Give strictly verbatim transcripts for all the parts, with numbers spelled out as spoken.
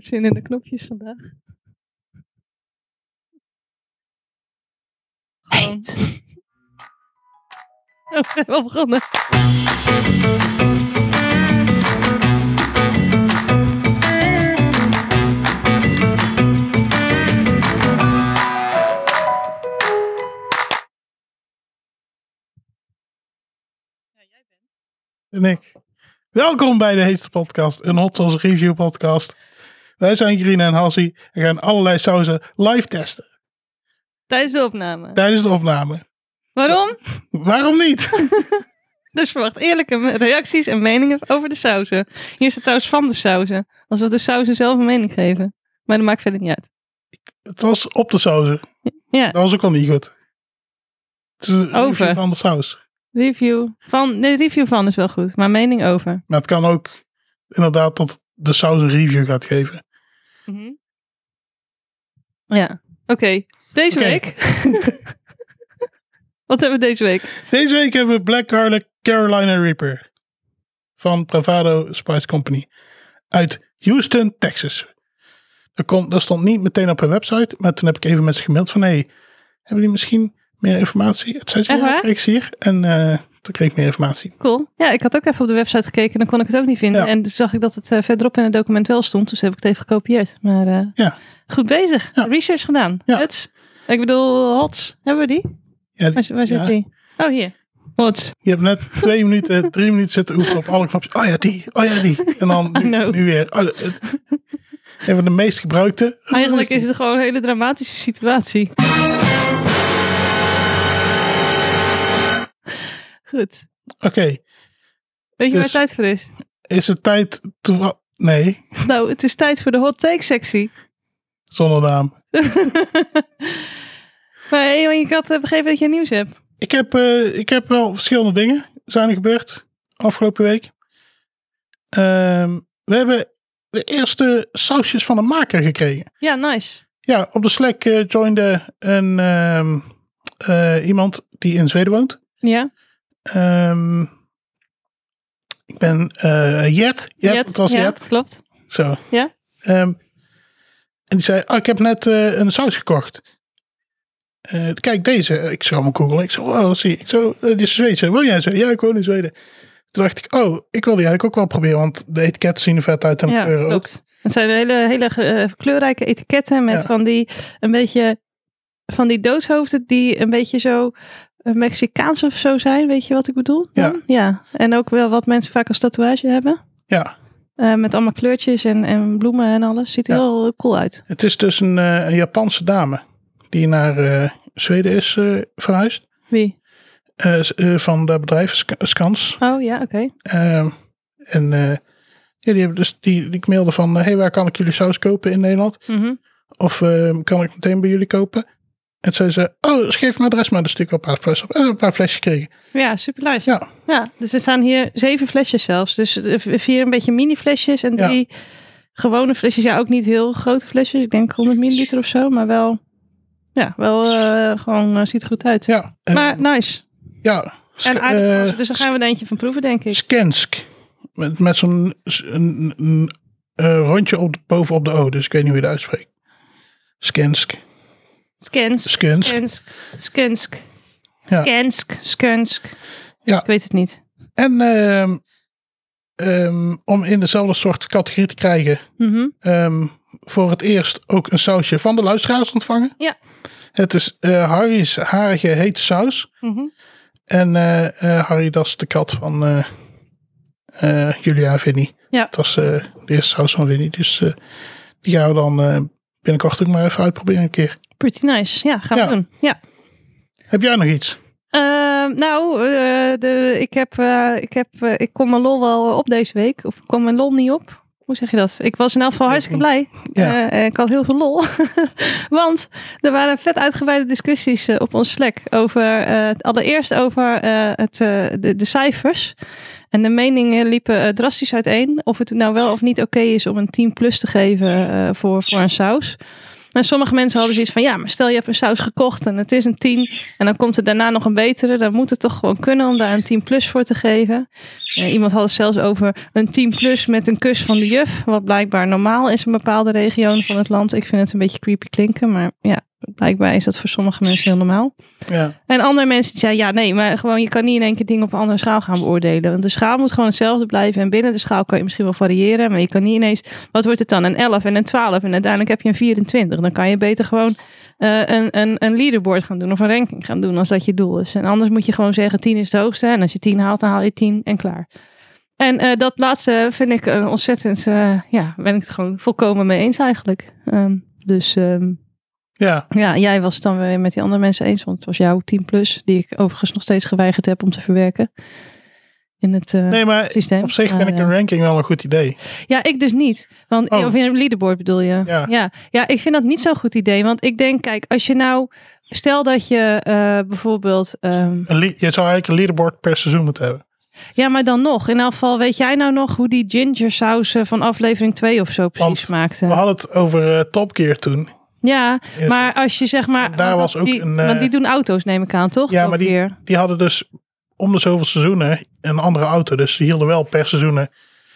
heb zin in de knopjes vandaag. Gewoon. Oh, we zijn wel begonnen. En ik. Welkom bij de heetste podcast, een hot sauce review podcast. Wij zijn Grina en Hassie en gaan allerlei sauzen live testen. Tijdens de opname. Tijdens de opname. Waarom? Waarom niet? Dus verwacht eerlijke reacties en meningen over de sauzen. Hier staat trouwens van de sauzen. Alsof de sauzen zelf een mening geven. Maar dat maakt verder niet uit. Het was op de sauzen. Ja. Dat was ook al niet goed. Het is een Over. review van de saus. Review van. Nee, review van is wel goed. Maar mening over. Maar het kan ook inderdaad dat de saus een review gaat geven. Mm-hmm. Ja. Oké. Okay. Deze Okay. week. Wat hebben we deze week? Deze week hebben we Black Garlic Carolina Reaper. Van Bravado Spice Company. Uit Houston, Texas. Dat, kon, dat stond niet meteen op hun website. Maar toen heb ik even met ze gemaild van... Hey, hebben jullie misschien meer informatie? Het zei ze, ja, kreeg ze hier. En uh, toen kreeg ik meer informatie. Cool. Ja, ik had ook even op de website gekeken. En dan kon ik het ook niet vinden. Ja. En toen zag ik dat het uh, verderop in het document wel stond. Dus heb ik het even gekopieerd. Maar uh, ja. Goed bezig. Ja. Research gedaan. Ja. Huts. Ik bedoel, hots. Hebben we die? Ja, waar waar zit ja. die? Oh, hier. Hots. Je hebt net twee minuten, drie minuten zitten oefenen op alle knopjes. Oh ja, die. Oh ja, die. En dan nu, nu weer. Oh, het, een van de meest gebruikte. Eigenlijk is het gewoon een hele dramatische situatie. Goed. Oké. Okay. Weet je dus, waar tijd voor is? Is het tijd te... Nee. Nou, het is tijd voor de hot take sectie. Zonder naam. Maar hey, ik had begrepen dat je nieuws hebt. Ik heb, uh, ik heb wel verschillende dingen zijn er gebeurd afgelopen week. Um, we hebben de eerste sausjes van een maker gekregen. Ja, nice. Ja, op de Slack uh, joinde een, um, uh, iemand die in Zweden woont. Ja. Um, ik ben uh, Jet. Jet, Jet. Het was ja, Jet. Klopt. Zo. Ja. Um, en die zei, oh, ik heb net uh, een saus gekocht. Uh, kijk deze. Ik zou hem googlen. Ik zo, oh, zie. Ik zo, uh, dit is Zweedse. Wil jij zo? Ja, ik woon in Zweden. Toen dacht ik, oh, ik wil die eigenlijk ook wel proberen. Want de etiketten zien er vet uit en de ja, kleuren ook. Het zijn hele, hele uh, kleurrijke etiketten met ja. van die, een beetje, van die doodshoofden die een beetje zo uh, Mexicaans of zo zijn. Weet je wat ik bedoel? Ja. ja. En ook wel wat mensen vaak als tatoeage hebben. Ja. Uh, met allemaal kleurtjes en, en bloemen en alles. Ziet er ja. heel cool uit. Het is dus een, uh, een Japanse dame die naar uh, Zweden is uh, verhuisd. Wie? Uh, uh, van dat bedrijf Sk- Skans. Oh ja, oké. Okay. Uh, en uh, ja, die hebben dus die, die mailde van, uh, hey, waar kan ik jullie saus kopen in Nederland? Mm-hmm. Of uh, kan ik meteen bij jullie kopen? En toen zei ze, oh, geef mijn adres maar, een stuk op een paar flesjes op. En een paar flesjes kregen. Ja, super nice. Ja. ja, dus we staan hier zeven flesjes zelfs. Dus vier een beetje mini flesjes en drie ja. gewone flesjes. Ja, ook niet heel grote flesjes. Ik denk honderd milliliter of zo, maar wel, ja, wel uh, gewoon uh, ziet er goed uit. Ja. Uh, maar nice. Ja. Sk- en aardig, uh, dus dan gaan we er eentje van proeven, denk ik. Skensk. Met, met zo'n een, een, een rondje op de, boven op de O. Dus ik weet niet hoe je dat uitspreekt. Skensk. Skensk. Skensk. Skensk. Skensk. Ja. Skensk. Skensk. Ja. Ik weet het niet. En um, um, om in dezelfde soort categorie te krijgen. Mm-hmm. Um, voor het eerst ook een sausje van de luisteraars ontvangen. Ja. Het is uh, Harry's harige hete saus. Mm-hmm. En uh, uh, Harry, dat is de kat van uh, uh, Julia en Vinnie. Ja. Dat was uh, de eerste saus van Vinnie. Dus uh, die gaan we dan uh, binnenkort ook maar even uitproberen een keer. Pretty nice. Ja, gaan we ja. doen. Ja. Heb jij nog iets? Uh, nou, uh, de, ik, heb, uh, ik, heb, uh, ik kom mijn lol wel op deze week. Of ik kom mijn lol niet op. Hoe zeg je dat? Ik was in elk geval hartstikke blij. Ja. Uh, ik had heel veel lol. Want er waren vet uitgebreide discussies uh, op ons Slack. Over, uh, allereerst over uh, het, uh, de, de cijfers. En de meningen liepen uh, drastisch uiteen. Of het nou wel of niet oké okay is om een tien plus te geven uh, voor, voor een saus. En sommige mensen hadden zoiets van, ja, maar stel je hebt een saus gekocht en het is een tien. En dan komt er daarna nog een betere. Dan moet het toch gewoon kunnen om daar een tien plus voor te geven. Uh, iemand had het zelfs over een tien plus met een kus van de juf. Wat blijkbaar normaal is in bepaalde regionen van het land. Ik vind het een beetje creepy klinken, maar ja. Blijkbaar is dat voor sommige mensen heel normaal. Ja. En andere mensen die zeiden, ja nee, maar gewoon je kan niet in één keer dingen op een andere schaal gaan beoordelen. Want de schaal moet gewoon hetzelfde blijven. En binnen de schaal kan je misschien wel variëren. Maar je kan niet ineens, wat wordt het dan? Een elf en een twaalf. En uiteindelijk heb je een vierentwintig. Dan kan je beter gewoon uh, een, een, een leaderboard gaan doen. Of een ranking gaan doen als dat je doel is. En anders moet je gewoon zeggen, tien is het hoogste. En als je tien haalt, dan haal je tien en klaar. En uh, dat laatste vind ik uh, ontzettend, uh, ja, ben ik het gewoon volkomen mee eens eigenlijk. Um, dus... Um, Ja. ja, jij was het dan weer met die andere mensen eens. Want het was jouw tien plus, die ik overigens nog steeds geweigerd heb om te verwerken in het uh, nee, maar systeem. Op zich maar, vind ik een ja. ranking wel een goed idee. Ja, ik dus niet. Want, oh. Of in een leaderboard bedoel je? Ja. ja. Ja, ik vind dat niet zo'n goed idee. Want ik denk, kijk, als je nou... Stel dat je uh, bijvoorbeeld... Um, een le- je zou eigenlijk een leaderboard per seizoen moeten hebben. Ja, maar dan nog. In elk geval, weet jij nou nog hoe die ginger saus van aflevering twee of zo precies Want smaakte? We hadden het over uh, Top Gear toen. Ja, maar als je zeg maar... Daar was dat, ook die, een... Uh, want die doen auto's, neem ik aan, toch? Ja, maar die, die hadden dus om de zoveel seizoenen een andere auto. Dus die hielden wel per seizoenen.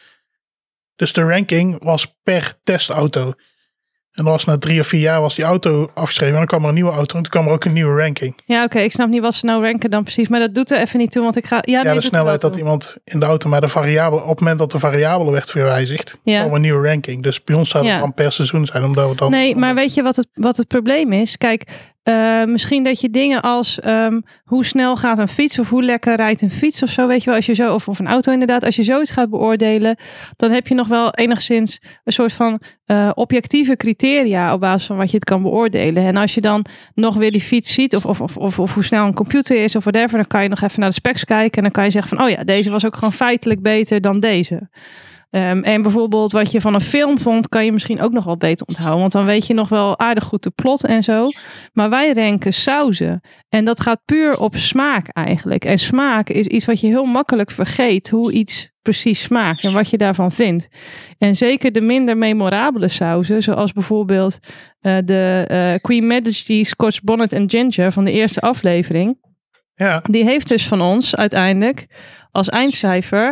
Dus de ranking was per testauto. En dan was na drie of vier jaar was die auto afgeschreven. En dan kwam er een nieuwe auto. En toen kwam er ook een nieuwe ranking. Ja, oké. Okay, ik snap niet wat ze nou ranken dan precies. Maar dat doet er even niet toe. Want ik ga... Ja, ja nee, de snelheid dat iemand in de auto... Maar de variabele, op het moment dat de variabele werd verwijzigd... Ja. kwam een nieuwe ranking. Dus bij ons zou het ja. dan per seizoen zijn. Omdat we dan, nee, maar weet je wat het, wat het probleem is? Kijk... Uh, misschien dat je dingen als um, hoe snel gaat een fiets of hoe lekker rijdt een fiets of zo, weet je wel, als je zo, of, of een auto inderdaad, als je zoiets gaat beoordelen, dan heb je nog wel enigszins een soort van uh, objectieve criteria op basis van wat je het kan beoordelen. En als je dan nog weer die fiets ziet of, of, of, of, of hoe snel een computer is of whatever, dan kan je nog even naar de specs kijken en dan kan je zeggen van, oh ja, deze was ook gewoon feitelijk beter dan deze. Um, en bijvoorbeeld wat je van een film vond, kan je misschien ook nog wel beter onthouden. Want dan weet je nog wel aardig goed de plot en zo. Maar wij ranken sauzen. En dat gaat puur op smaak eigenlijk. En smaak is iets wat je heel makkelijk vergeet. Hoe iets precies smaakt en wat je daarvan vindt. En zeker de minder memorabele sauzen. Zoals bijvoorbeeld uh, de uh, Queen Majesty Scotch Bonnet and Ginger van de eerste aflevering. Ja. Die heeft dus van ons uiteindelijk als eindcijfer...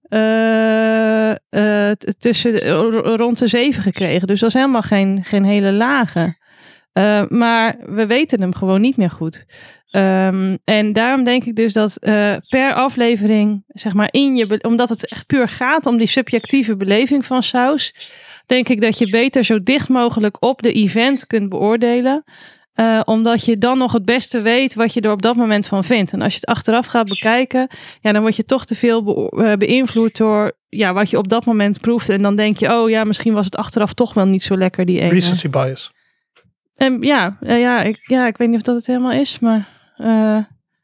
Uh, uh, tussen uh, rond de zeven gekregen. Dus dat is helemaal geen, geen hele lage. Uh, maar we weten hem gewoon niet meer goed. Um, en daarom denk ik dus dat uh, per aflevering, zeg maar in je, be- omdat het echt puur gaat om die subjectieve beleving van saus, denk ik dat je beter zo dicht mogelijk op de event kunt beoordelen. Uh, omdat je dan nog het beste weet wat je er op dat moment van vindt. En als je het achteraf gaat bekijken, ja, dan word je toch te veel be- beïnvloed door ja, wat je op dat moment proeft. En dan denk je, oh ja, misschien was het achteraf toch wel niet zo lekker, die ene. Recency bias. En ja, uh, ja, ik, ja, ik weet niet of dat het helemaal is, maar uh,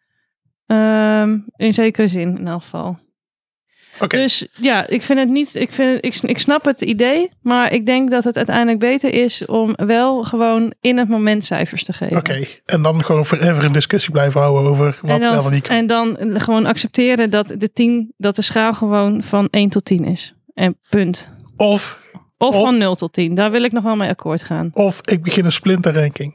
um, in zekere zin in elk geval. Okay. Dus ja, ik vind het niet, ik, vind, ik, ik snap het idee, maar ik denk dat het uiteindelijk beter is om wel gewoon in het moment cijfers te geven. Oké, okay. En dan gewoon forever een discussie blijven houden over wat en dan, wel en niet kan. En dan gewoon accepteren dat de tien, dat de schaal gewoon van één tot tien is. En punt. Of, of, of van nul tot tien. Daar wil ik nog wel mee akkoord gaan. Of ik begin een splinter ranking.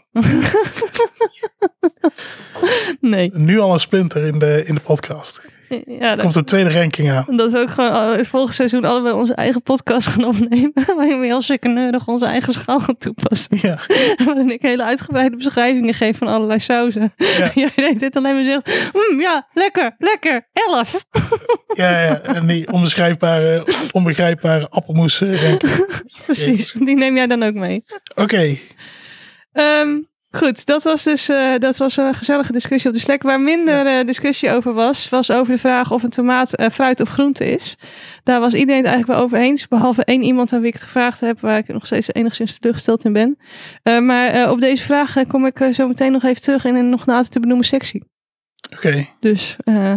Nee. Nu al een splinter in de, in de podcast. Ja, dat, komt de tweede ranking aan. Dat we ook gewoon volgend seizoen allebei onze eigen podcast gaan opnemen. Waarin we heel chickeneurig onze eigen schaal gaan toepassen. Ja. Waarin ik hele uitgebreide beschrijvingen geef van allerlei sauzen. Ja. Jij deed dit alleen maar zegt, mm, ja, lekker, lekker, elf. Ja, ja, en die onbeschrijfbare, onbegrijpbare appelmoes ranking. Precies, die neem jij dan ook mee. Oké. Okay. Um, Goed, dat was dus uh, dat was een gezellige discussie op de Slack. Waar minder uh, discussie over was, was over de vraag of een tomaat uh, fruit of groente is. Daar was iedereen het eigenlijk wel over eens. Behalve één iemand aan wie ik het gevraagd heb, waar ik nog steeds enigszins teleurgesteld in ben. Uh, maar uh, op deze vraag uh, kom ik uh, zo meteen nog even terug in een nog later te benoemen sectie. Oké. Okay. Dus, uh...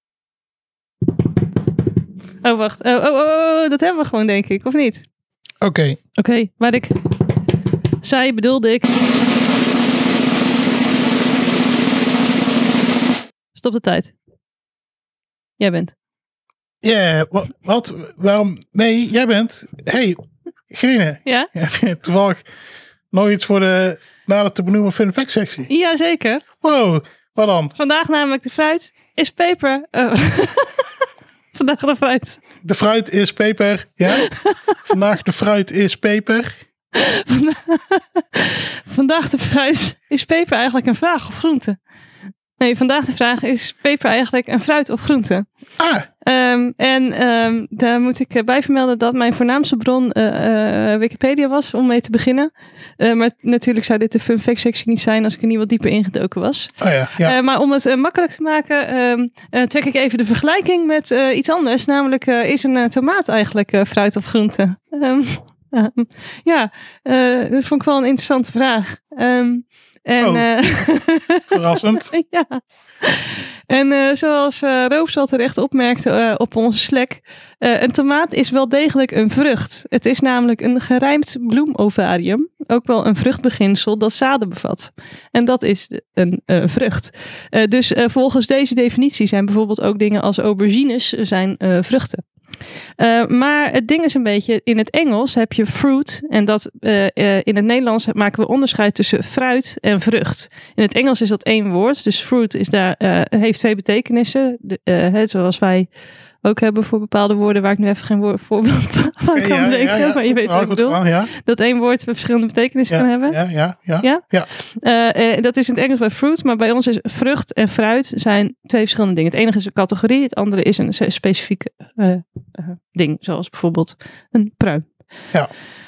oh wacht. Oh, oh, oh, oh, dat hebben we gewoon denk ik, of niet? Oké. Okay. Oké, okay, waar ik zei bedoelde ik... Stop de tijd. Jij bent. Ja, yeah, wat, wat? Waarom? Nee, jij bent. Hey, Grine. Ja? Toevallig Nog iets voor de nader te benoemen fun fact sectie. Jazeker. Wow, wat dan? Vandaag namelijk de fruit is peper. Uh, Vandaag de fruit. De fruit is peper, ja. Vandaag de fruit is peper. Vandaag de fruit is peper eigenlijk een vraag of groente? Nee, vandaag de vraag is peper eigenlijk een fruit of groente? Ah. Um, en um, daar moet ik bij vermelden dat mijn voornaamste bron uh, uh, Wikipedia was om mee te beginnen. Uh, maar natuurlijk zou dit de fun fact sectie niet zijn als ik er niet wat dieper ingedoken was. Oh ja, ja. Uh, maar om het uh, makkelijk te maken um, uh, trek ik even de vergelijking met uh, iets anders. Namelijk uh, is een uh, tomaat eigenlijk uh, fruit of groente? Um, um, ja, uh, dat vond ik wel een interessante vraag. Um, En, oh, uh, verrassend. Ja. En uh, zoals uh, Roops al terecht opmerkte uh, op onze Slack, uh, een tomaat is wel degelijk een vrucht. Het is namelijk een gerijmd bloemovarium, ook wel een vruchtbeginsel dat zaden bevat. En dat is een uh, vrucht. Uh, dus uh, volgens deze definitie zijn bijvoorbeeld ook dingen als aubergines zijn uh, vruchten. Uh, maar het ding is een beetje, in het Engels heb je fruit en dat uh, uh, in het Nederlands maken we onderscheid tussen fruit en vrucht. In het Engels is dat één woord, dus fruit is daar, uh, heeft twee betekenissen, de, uh, he, zoals wij ook hebben voor bepaalde woorden waar ik nu even geen woord, voorbeeld van kan ja, bedenken, ja, ja. maar je weet wat ik bedoel. Aan, ja. Dat één woord verschillende betekenissen ja, kan hebben. Ja, ja, ja. ja? ja? Uh, uh, dat is in het Engels bij fruit, maar bij ons is vrucht en fruit zijn twee verschillende dingen. Het enige is een categorie, het andere is een specifieke uh, uh, ding, zoals bijvoorbeeld een pruim. Ja.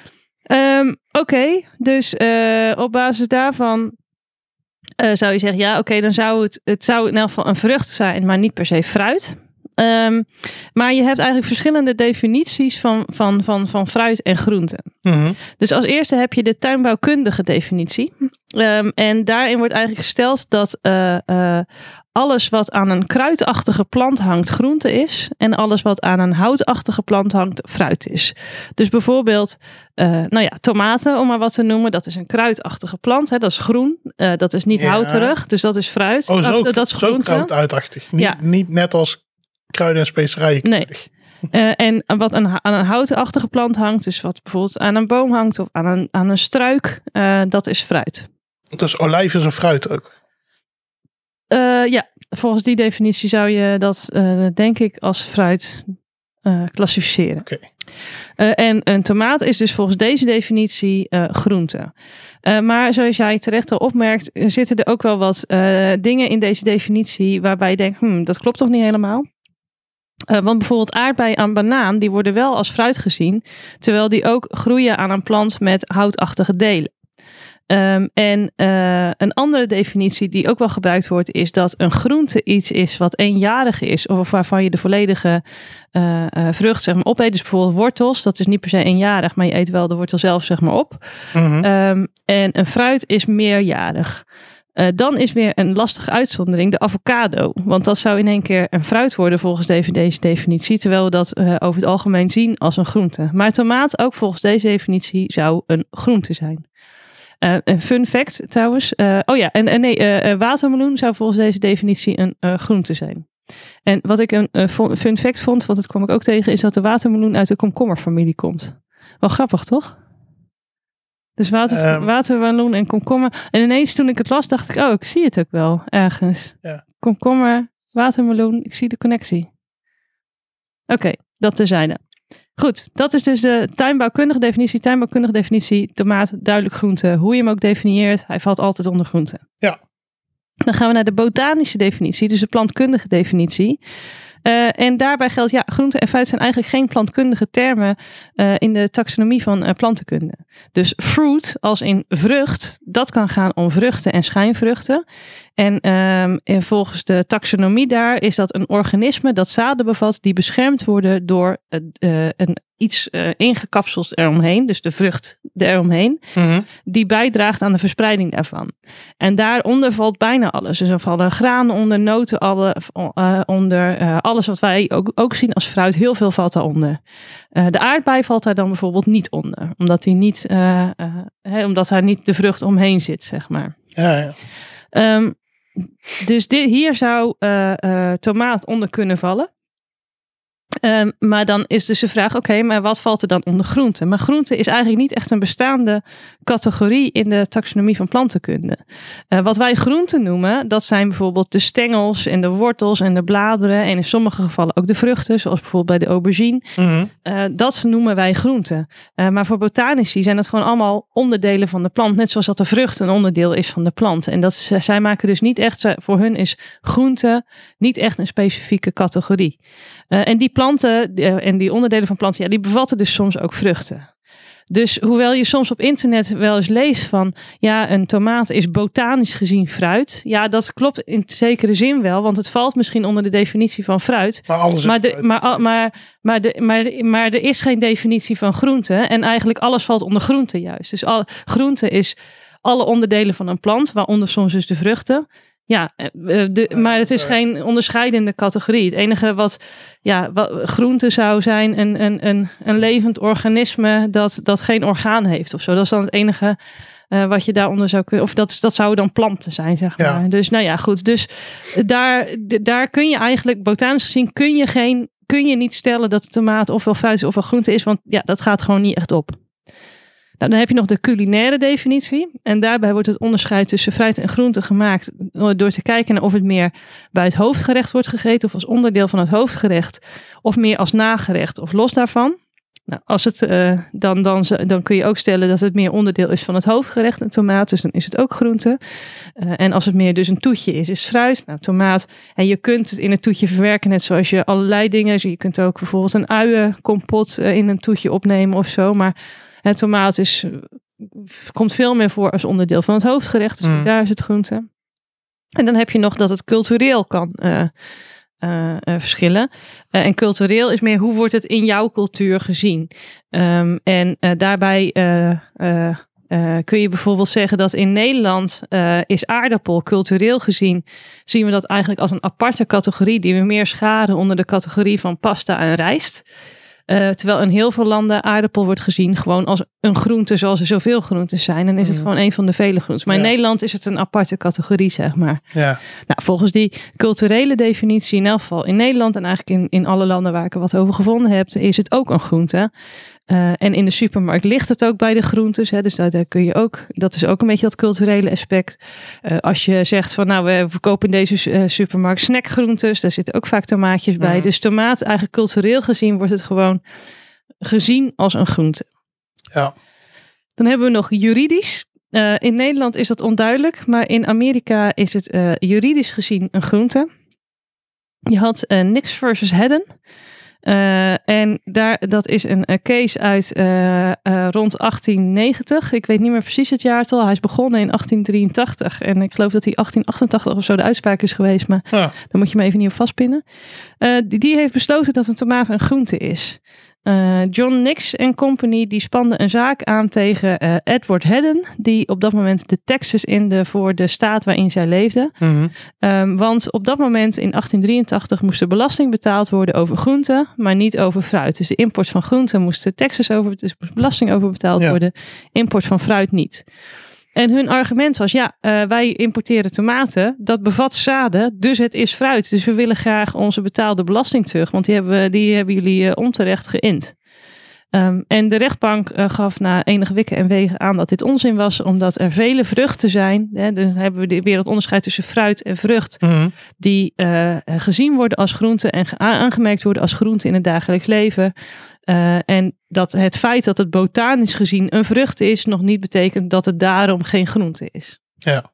Um, oké, okay, dus uh, op basis daarvan uh, zou je zeggen, ja oké, okay, dan zou het, het zou in elk geval een vrucht zijn, maar niet per se fruit. Um, maar je hebt eigenlijk verschillende definities van, van, van, van fruit en groente. Mm-hmm. Dus als eerste heb je de tuinbouwkundige definitie. Um, en daarin wordt eigenlijk gesteld dat uh, uh, alles wat aan een kruidachtige plant hangt groente is. En alles wat aan een houtachtige plant hangt fruit is. Dus bijvoorbeeld, uh, nou ja, tomaten om maar wat te noemen. Dat is een kruidachtige plant. Hè, dat is groen. Uh, dat is niet ja. houterig. Dus dat is fruit. Oh, zo, uh, dat is groente. Zo kruidachtig. Niet, ja. niet net als kruiden en specerijen. Nee. Uh, en wat aan, aan een houtenachtige plant hangt, dus wat bijvoorbeeld aan een boom hangt of aan een, aan een struik, uh, dat is fruit. Dus olijf is een fruit ook? Uh, ja, volgens die definitie zou je dat uh, denk ik als fruit uh, klassificeren. Okay. Uh, en een tomaat is dus volgens deze definitie uh, groente. Uh, maar zoals jij terecht al opmerkt, zitten er ook wel wat uh, dingen in deze definitie waarbij je denkt, hmm, dat klopt toch niet helemaal? Uh, want bijvoorbeeld aardbei en banaan, die worden wel als fruit gezien, terwijl die ook groeien aan een plant met houtachtige delen. Um, en uh, een andere definitie die ook wel gebruikt wordt, is dat een groente iets is wat eenjarig is, of waarvan je de volledige uh, uh, vrucht zeg maar opeet. Dus bijvoorbeeld wortels, dat is niet per se eenjarig, maar je eet wel de wortel zelf zeg maar op. Mm-hmm. Um, en een fruit is meerjarig. Uh, dan is weer een lastige uitzondering de avocado. Want dat zou in één keer een fruit worden volgens deze, deze definitie. Terwijl we dat uh, over het algemeen zien als een groente. Maar tomaat ook volgens deze definitie zou een groente zijn. Uh, een fun fact trouwens. Uh, oh ja, en, en nee, uh, uh, watermeloen zou volgens deze definitie een uh, groente zijn. En wat ik een uh, fun fact vond, want dat kwam ik ook tegen, is dat de watermeloen uit de komkommerfamilie komt. Wel grappig, toch? Dus water, um, watermeloen en komkommer. En ineens toen ik het las, dacht ik, oh, ik zie het ook wel ergens. Ja. Komkommer, watermeloen, ik zie de connectie. Oké, okay, dat terzijde. Goed, dat is dus de tuinbouwkundige definitie. Tuinbouwkundige definitie, tomaat, duidelijk groente. Hoe je hem ook definieert, hij valt altijd onder groente. Ja. Dan gaan we naar de botanische definitie, dus de plantkundige definitie. Uh, en daarbij geldt, ja, groente en fruit zijn eigenlijk geen plantkundige termen uh, in de taxonomie van uh, plantenkunde. Dus fruit als in vrucht, dat kan gaan om vruchten en schijnvruchten. En, um, en volgens de taxonomie daar is dat een organisme dat zaden bevat die beschermd worden door uh, uh, een iets uh, ingekapseld eromheen, dus de vrucht eromheen, mm-hmm. die bijdraagt aan de verspreiding daarvan. En daaronder valt bijna alles. Dus er vallen granen onder, noten alle, uh, onder, uh, alles wat wij ook, ook zien als fruit, heel veel valt daaronder. Uh, de aardbei valt daar dan bijvoorbeeld niet onder, omdat, die niet, uh, uh, he, omdat daar niet de vrucht omheen zit, zeg maar. Ja, ja. Um, dus dit, hier zou uh, uh, tomaat onder kunnen vallen. Um, maar dan is dus de vraag, oké, okay, maar wat valt er dan onder groente? Maar groente is eigenlijk niet echt een bestaande categorie in de taxonomie van plantenkunde. Uh, wat wij groenten noemen, dat zijn bijvoorbeeld de stengels en de wortels en de bladeren en in sommige gevallen ook de vruchten, zoals bijvoorbeeld bij de aubergine. Mm-hmm. Uh, dat noemen wij groenten. Uh, maar voor botanici zijn dat gewoon allemaal onderdelen van de plant, net zoals dat de vrucht een onderdeel is van de plant. En dat is, zij maken dus niet echt, voor hun is groente niet echt een specifieke categorie. Uh, en die planten uh, en die onderdelen van planten, ja, die bevatten dus soms ook vruchten. Dus hoewel je soms op internet wel eens leest van, ja, een tomaat is botanisch gezien fruit. Ja, dat klopt in zekere zin wel, want het valt misschien onder de definitie van fruit. Maar alles is maar, de, fruit. maar, maar, maar, de, maar, maar er is geen definitie van groente. En eigenlijk alles valt onder groente juist. Dus al, groente is alle onderdelen van een plant, waaronder soms dus de vruchten. Ja, de, maar het is geen onderscheidende categorie. Het enige wat, ja, wat groente zou zijn, een, een, een, een levend organisme dat, dat geen orgaan heeft of zo. Dat is dan het enige uh, wat je daaronder zou kunnen. Of dat, dat zouden dan planten zijn, zeg maar. Ja. Dus nou ja, goed. Dus daar, daar kun je eigenlijk, botanisch gezien, kun je, geen, kun je niet stellen dat de tomaat ofwel fruit is ofwel groente is. Want ja, dat gaat gewoon niet echt op. Nou, dan heb je nog de culinaire definitie. En daarbij wordt het onderscheid tussen fruit en groente gemaakt door te kijken naar of het meer bij het hoofdgerecht wordt gegeten of als onderdeel van het hoofdgerecht of meer als nagerecht of los daarvan. Nou, als het, uh, dan, dan, dan kun je ook stellen dat het meer onderdeel is van het hoofdgerecht, een tomaat, dus dan is het ook groente. Uh, en als het meer dus een toetje is, is fruit, nou tomaat. En je kunt het in het toetje verwerken, net zoals je allerlei dingen, je kunt ook bijvoorbeeld een uienkompot uh, in een toetje opnemen of zo, maar het tomaat is, komt veel meer voor als onderdeel van het hoofdgerecht. Dus mm. daar is het groente. En dan heb je nog dat het cultureel kan uh, uh, uh, verschillen. Uh, en cultureel is meer hoe wordt het in jouw cultuur gezien. Um, en uh, daarbij uh, uh, uh, kun je bijvoorbeeld zeggen dat in Nederland uh, is aardappel cultureel gezien. Zien we dat eigenlijk als een aparte categorie die we meer scharen onder de categorie van pasta en rijst. Uh, terwijl in heel veel landen aardappel wordt gezien gewoon als een groente zoals er zoveel groenten zijn. En is het mm. gewoon een van de vele groenten. Maar ja. in Nederland is het een aparte categorie, zeg maar. Ja. Nou, volgens die culturele definitie in elk geval in Nederland en eigenlijk in, in alle landen waar ik er wat over gevonden heb, is het ook een groente. Uh, en in de supermarkt ligt het ook bij de groentes. Hè, dus daar, daar kun je ook, dat is ook een beetje dat culturele aspect. Uh, als je zegt van nou, we verkopen in deze uh, supermarkt snackgroentes, daar zitten ook vaak tomaatjes bij. Mm. Dus tomaat, eigenlijk cultureel gezien, wordt het gewoon gezien als een groente. Ja. Dan hebben we nog juridisch. Uh, in Nederland is dat onduidelijk, maar in Amerika is het uh, juridisch gezien een groente. Je had uh, Nix versus Hedden. Uh, en daar, dat is een, een case uit uh, uh, rond achttien negentig. Ik weet niet meer precies het jaartal. Hij is begonnen in achttien drieëntachtig. En ik geloof dat hij achttien achtentachtig of zo de uitspraak is geweest. Maar ja. Daar moet je me even niet op vastpinnen. Uh, die, die heeft besloten dat een tomaat een groente is. Uh, John Nix en Company die spanden een zaak aan tegen uh, Edward Hedden, die op dat moment de taxes inde voor de staat waarin zij leefden. Mm-hmm. Um, want op dat moment in achttien drieëntachtig moest er belasting betaald worden over groenten, maar niet over fruit. Dus de import van groenten moest de taxes over, dus belasting over betaald ja. worden, import van fruit niet. En hun argument was, ja, uh, wij importeren tomaten, dat bevat zaden, dus het is fruit. Dus we willen graag onze betaalde belasting terug, want die hebben, die hebben jullie uh, onterecht geïnd. Um, en de rechtbank uh, gaf na enige wikken en wegen aan dat dit onzin was, omdat er vele vruchten zijn. Hè, dus hebben we weer het onderscheid tussen fruit en vrucht, mm-hmm. die uh, gezien worden als groente en aangemerkt worden als groente in het dagelijks leven. Uh, en dat het feit dat het botanisch gezien een vrucht is, nog niet betekent dat het daarom geen groente is. Ja.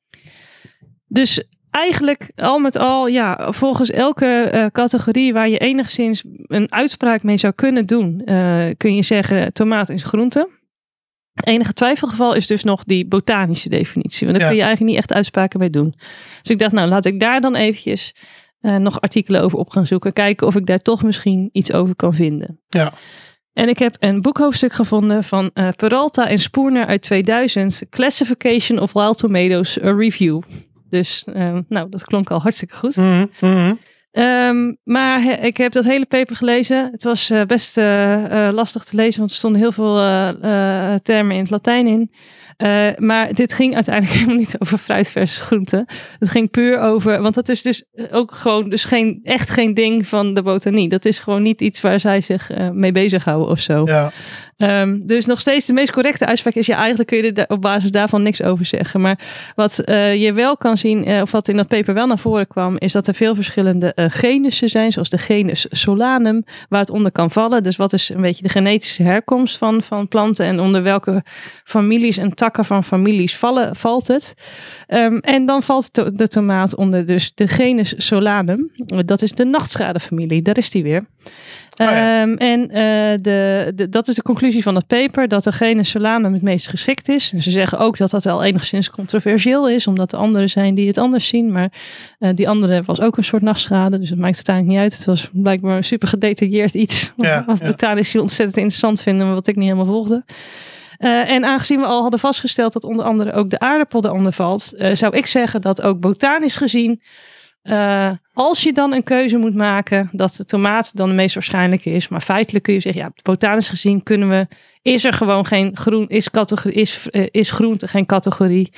Dus eigenlijk al met al, ja, volgens elke uh, categorie waar je enigszins een uitspraak mee zou kunnen doen, uh, kun je zeggen tomaat is groente. Het enige twijfelgeval is dus nog die botanische definitie. Want daar ja. kun je eigenlijk niet echt uitspraken mee doen. Dus ik dacht, nou laat ik daar dan eventjes uh, nog artikelen over op gaan zoeken. Kijken of ik daar toch misschien iets over kan vinden. Ja. En ik heb een boekhoofdstuk gevonden van uh, Peralta en Spoorner uit tweeduizend. Classification of Wild Tomatoes, a Review. Dus uh, nou, dat klonk al hartstikke goed. Mm-hmm. Um, maar he, ik heb dat hele paper gelezen. Het was uh, best uh, uh, lastig te lezen, want er stonden heel veel uh, uh, termen in het Latijn in. Uh, maar dit ging uiteindelijk helemaal niet over fruit versus groente. Het ging puur over, want dat is dus ook gewoon dus geen, echt geen ding van de botanie. Dat is gewoon niet iets waar zij zich uh, mee bezighouden of zo. Ja. Um, dus nog steeds de meest correcte uitspraak is, ja, eigenlijk kun je er op basis daarvan niks over zeggen. Maar wat uh, je wel kan zien, uh, of wat in dat paper wel naar voren kwam, is dat er veel verschillende uh, genussen zijn, zoals de genus Solanum, waar het onder kan vallen. Dus wat is een beetje de genetische herkomst van, van planten en onder welke families en takken van families vallen, valt het. Um, en dan valt to- de tomaat onder dus de genus Solanum. Dat is de nachtschadefamilie, daar is die weer. Oh ja. um, en uh, de, de, dat is de conclusie van het paper, dat de genus Solanum het meest geschikt is. En ze zeggen ook dat dat wel enigszins controversieel is, omdat er anderen zijn die het anders zien. Maar uh, die andere was ook een soort nachtschade, dus het maakt het eigenlijk niet uit. Het was blijkbaar een super gedetailleerd iets, ja, wat ja. botanici ontzettend interessant vinden, maar wat ik niet helemaal volgde. Uh, en aangezien we al hadden vastgesteld dat onder andere ook de aardappel eronder valt, uh, zou ik zeggen dat ook botanisch gezien, Uh, als je dan een keuze moet maken, dat de tomaat dan de meest waarschijnlijke is. Maar feitelijk kun je zeggen, ja, botanisch gezien kunnen we, is er gewoon geen groen, is, categorie, is, uh, is groente geen categorie.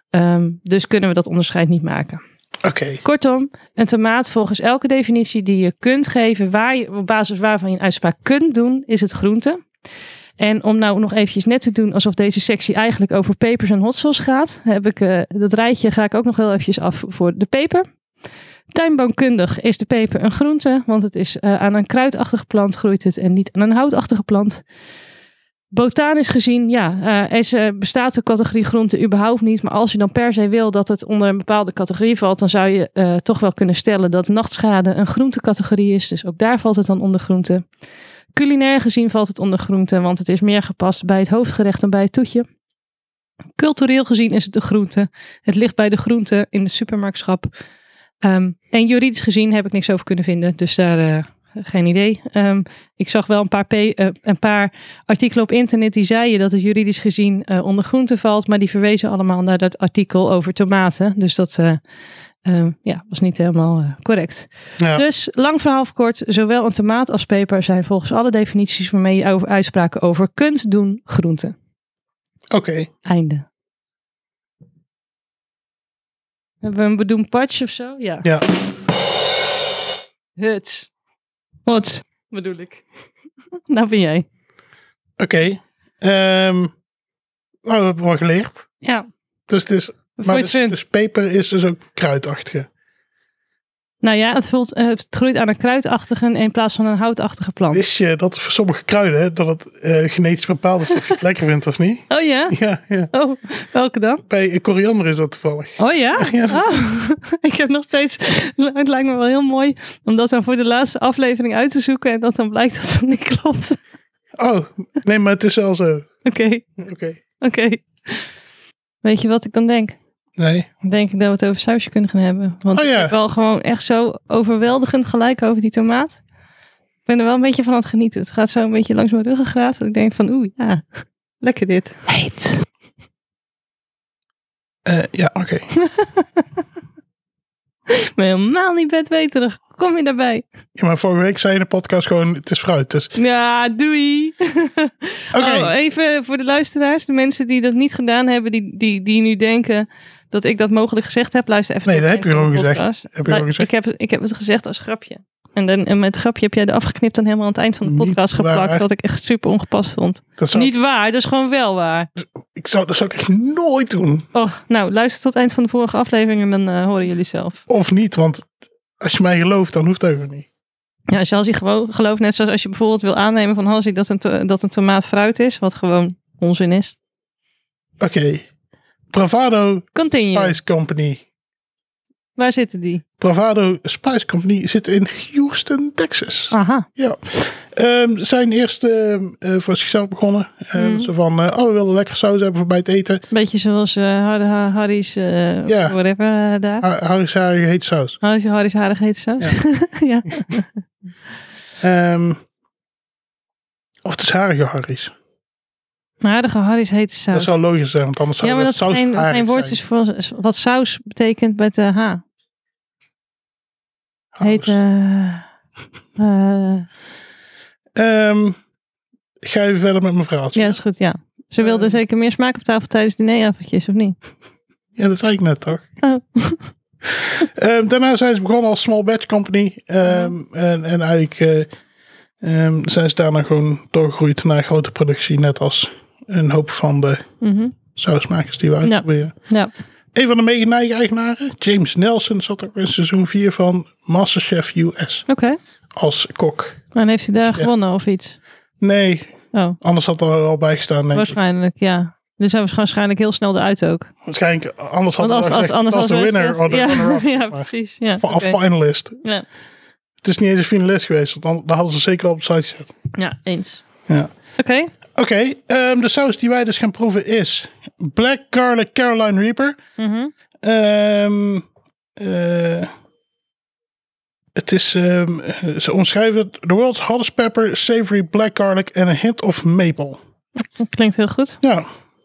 Um, dus kunnen we dat onderscheid niet maken. Okay. Kortom, een tomaat volgens elke definitie die je kunt geven, waar je, op basis waarvan je een uitspraak kunt doen, is het groente. En om nou nog eventjes net te doen alsof deze sectie eigenlijk over pepers en hot sauce gaat, heb ik uh, dat rijtje ga ik ook nog heel eventjes af voor de peper. Tuinbouwkundig is de peper een groente, want het is uh, aan een kruidachtige plant groeit het en niet aan een houtachtige plant. Botanisch gezien, ja, uh, is, uh, bestaat de categorie groente überhaupt niet, maar als je dan per se wil dat het onder een bepaalde categorie valt, dan zou je uh, toch wel kunnen stellen dat nachtschade een groentecategorie is, dus ook daar valt het dan onder groente. Culinair gezien valt het onder groente, want het is meer gepast bij het hoofdgerecht dan bij het toetje. Cultureel gezien is het de groente. Het ligt bij de groente in de supermarktschap. Um, en juridisch gezien heb ik niks over kunnen vinden, dus daar uh, geen idee. Um, ik zag wel een paar, p- uh, een paar artikelen op internet die zeiden dat het juridisch gezien uh, onder groente valt, maar die verwezen allemaal naar dat artikel over tomaten. Dus dat uh, uh, ja, was niet helemaal uh, correct. Ja. Dus lang verhaal kort, zowel een tomaat als peper zijn volgens alle definities waarmee je over uitspraken over kunt doen groente. Oké. Okay. Einde. Hebben we een bedoeld patch of zo? Ja. Ja. Huts. Wat bedoel ik? Nou ben jij. Oké. Okay. Um, nou, we hebben wel geleerd. Ja. Dus het is, maar dus, dus peper is dus ook kruidachtige. Nou ja, het, vult, uh, het groeit aan een kruidachtige in plaats van een houtachtige plant. Wist je dat voor sommige kruiden dat het uh, genetisch bepaald is of je het lekker vindt of niet? Oh ja? Ja, ja. Oh, welke dan? Bij koriander is dat toevallig. Oh ja? Ja. Oh, ik heb nog steeds, het lijkt me wel heel mooi om dat dan voor de laatste aflevering uit te zoeken en dat dan blijkt dat het niet klopt. Oh, nee, maar het is wel zo. Oké. Okay. Oké. Okay. Oké. Okay. Weet je wat ik dan denk? Nee. Ik denk dat we het over sausje kunnen gaan hebben. Want oh, ja. ik heb wel gewoon echt zo overweldigend gelijk over die tomaat. Ik ben er wel een beetje van aan het genieten. Het gaat zo een beetje langs mijn ruggengraat. Dat ik denk van oeh, ja, lekker dit. Heet. Uh, ja, oké. Okay. Ik ben helemaal niet bedweterig. Kom je daarbij? Ja, maar vorige week zei je in de podcast gewoon, het is fruit. Dus... Ja, doei. Okay. Oh, even voor de luisteraars. De mensen die dat niet gedaan hebben, die, die, die nu denken dat ik dat mogelijk gezegd heb. Luister even. Nee, dat heb je gewoon gezegd. Heb je nou, gezegd. Ik, heb, ik heb het gezegd als grapje. En, dan, en met het grapje heb jij er afgeknipt en helemaal aan het eind van de podcast niet geplakt. Waar. Wat ik echt super ongepast vond. Dat zou... Niet waar, dat is gewoon wel waar. Ik zou, dat zou ik echt nooit doen. Oh, nou, luister tot het eind van de vorige aflevering en dan uh, horen jullie zelf. Of niet, want als je mij gelooft, dan hoeft het even niet. Ja, als je Halsey gewoon gelooft, net zoals als je bijvoorbeeld wil aannemen van Halsey dat een, to- dat een tomaat fruit is, wat gewoon onzin is. Oké. Okay. Bravado Continue. Spice Company. Waar zitten die? Bravado Spice Company zit in Houston, Texas. Aha. Ja. Um, zijn eerst uh, uh, voor zichzelf begonnen. Uh, mm. Zo van, uh, oh, we willen lekker saus hebben voor bij het eten. Beetje zoals uh, Harry's, uh, ja. whatever uh, daar. Ha- Harry's harige hete saus. Harry's, Harry's harige hete saus. Ja. ja. um, of het is harige Harry's. Harige Harry's hete saus. Dat zou logisch zijn, want anders zou ja, maar dat dat saus geen, geen woord zijn. is voor wat saus betekent met de H. Heet... Uh, uh... Um, ik ga even verder met mijn verhaaltje. Ja, is goed, ja. Ze wilde uh, zeker meer smaak op tafel tijdens dineravondjes, of niet? Ja, dat zei ik net, toch? Oh. um, daarna zijn ze begonnen als small batch company. Um, uh-huh. en, en eigenlijk uh, um, zijn ze daarna gewoon doorgegroeid naar grote productie. Net als een hoop van de uh-huh. sausmakers die we uitproberen. Ja. Ja. Een van de mede-eigenaren, James Nelson, zat ook in seizoen vier van MasterChef U S. Oké. Okay. Als kok. En heeft hij daar chef. gewonnen of iets? Nee. Oh. Anders had er al bij gestaan. Denk Waarschijnlijk, ik. ja. Dus hij was waarschijnlijk heel snel eruit ook. Waarschijnlijk, anders had als, hij als, gezegd, anders als de winner of de ja, runner-up. Ja, precies. Ja, of okay. finalist. Ja. Het is niet eens een finalist geweest, want dan, dan hadden ze zeker op de site gezet. Ja, eens. Ja. Oké. Oké, okay, um, de saus die wij dus gaan proeven is Black Garlic Carolina Reaper. Mm-hmm. Um, uh, het is, um, ze omschrijven het, the world's hottest pepper, savory black garlic and a hint of maple. Klinkt heel goed. Ja.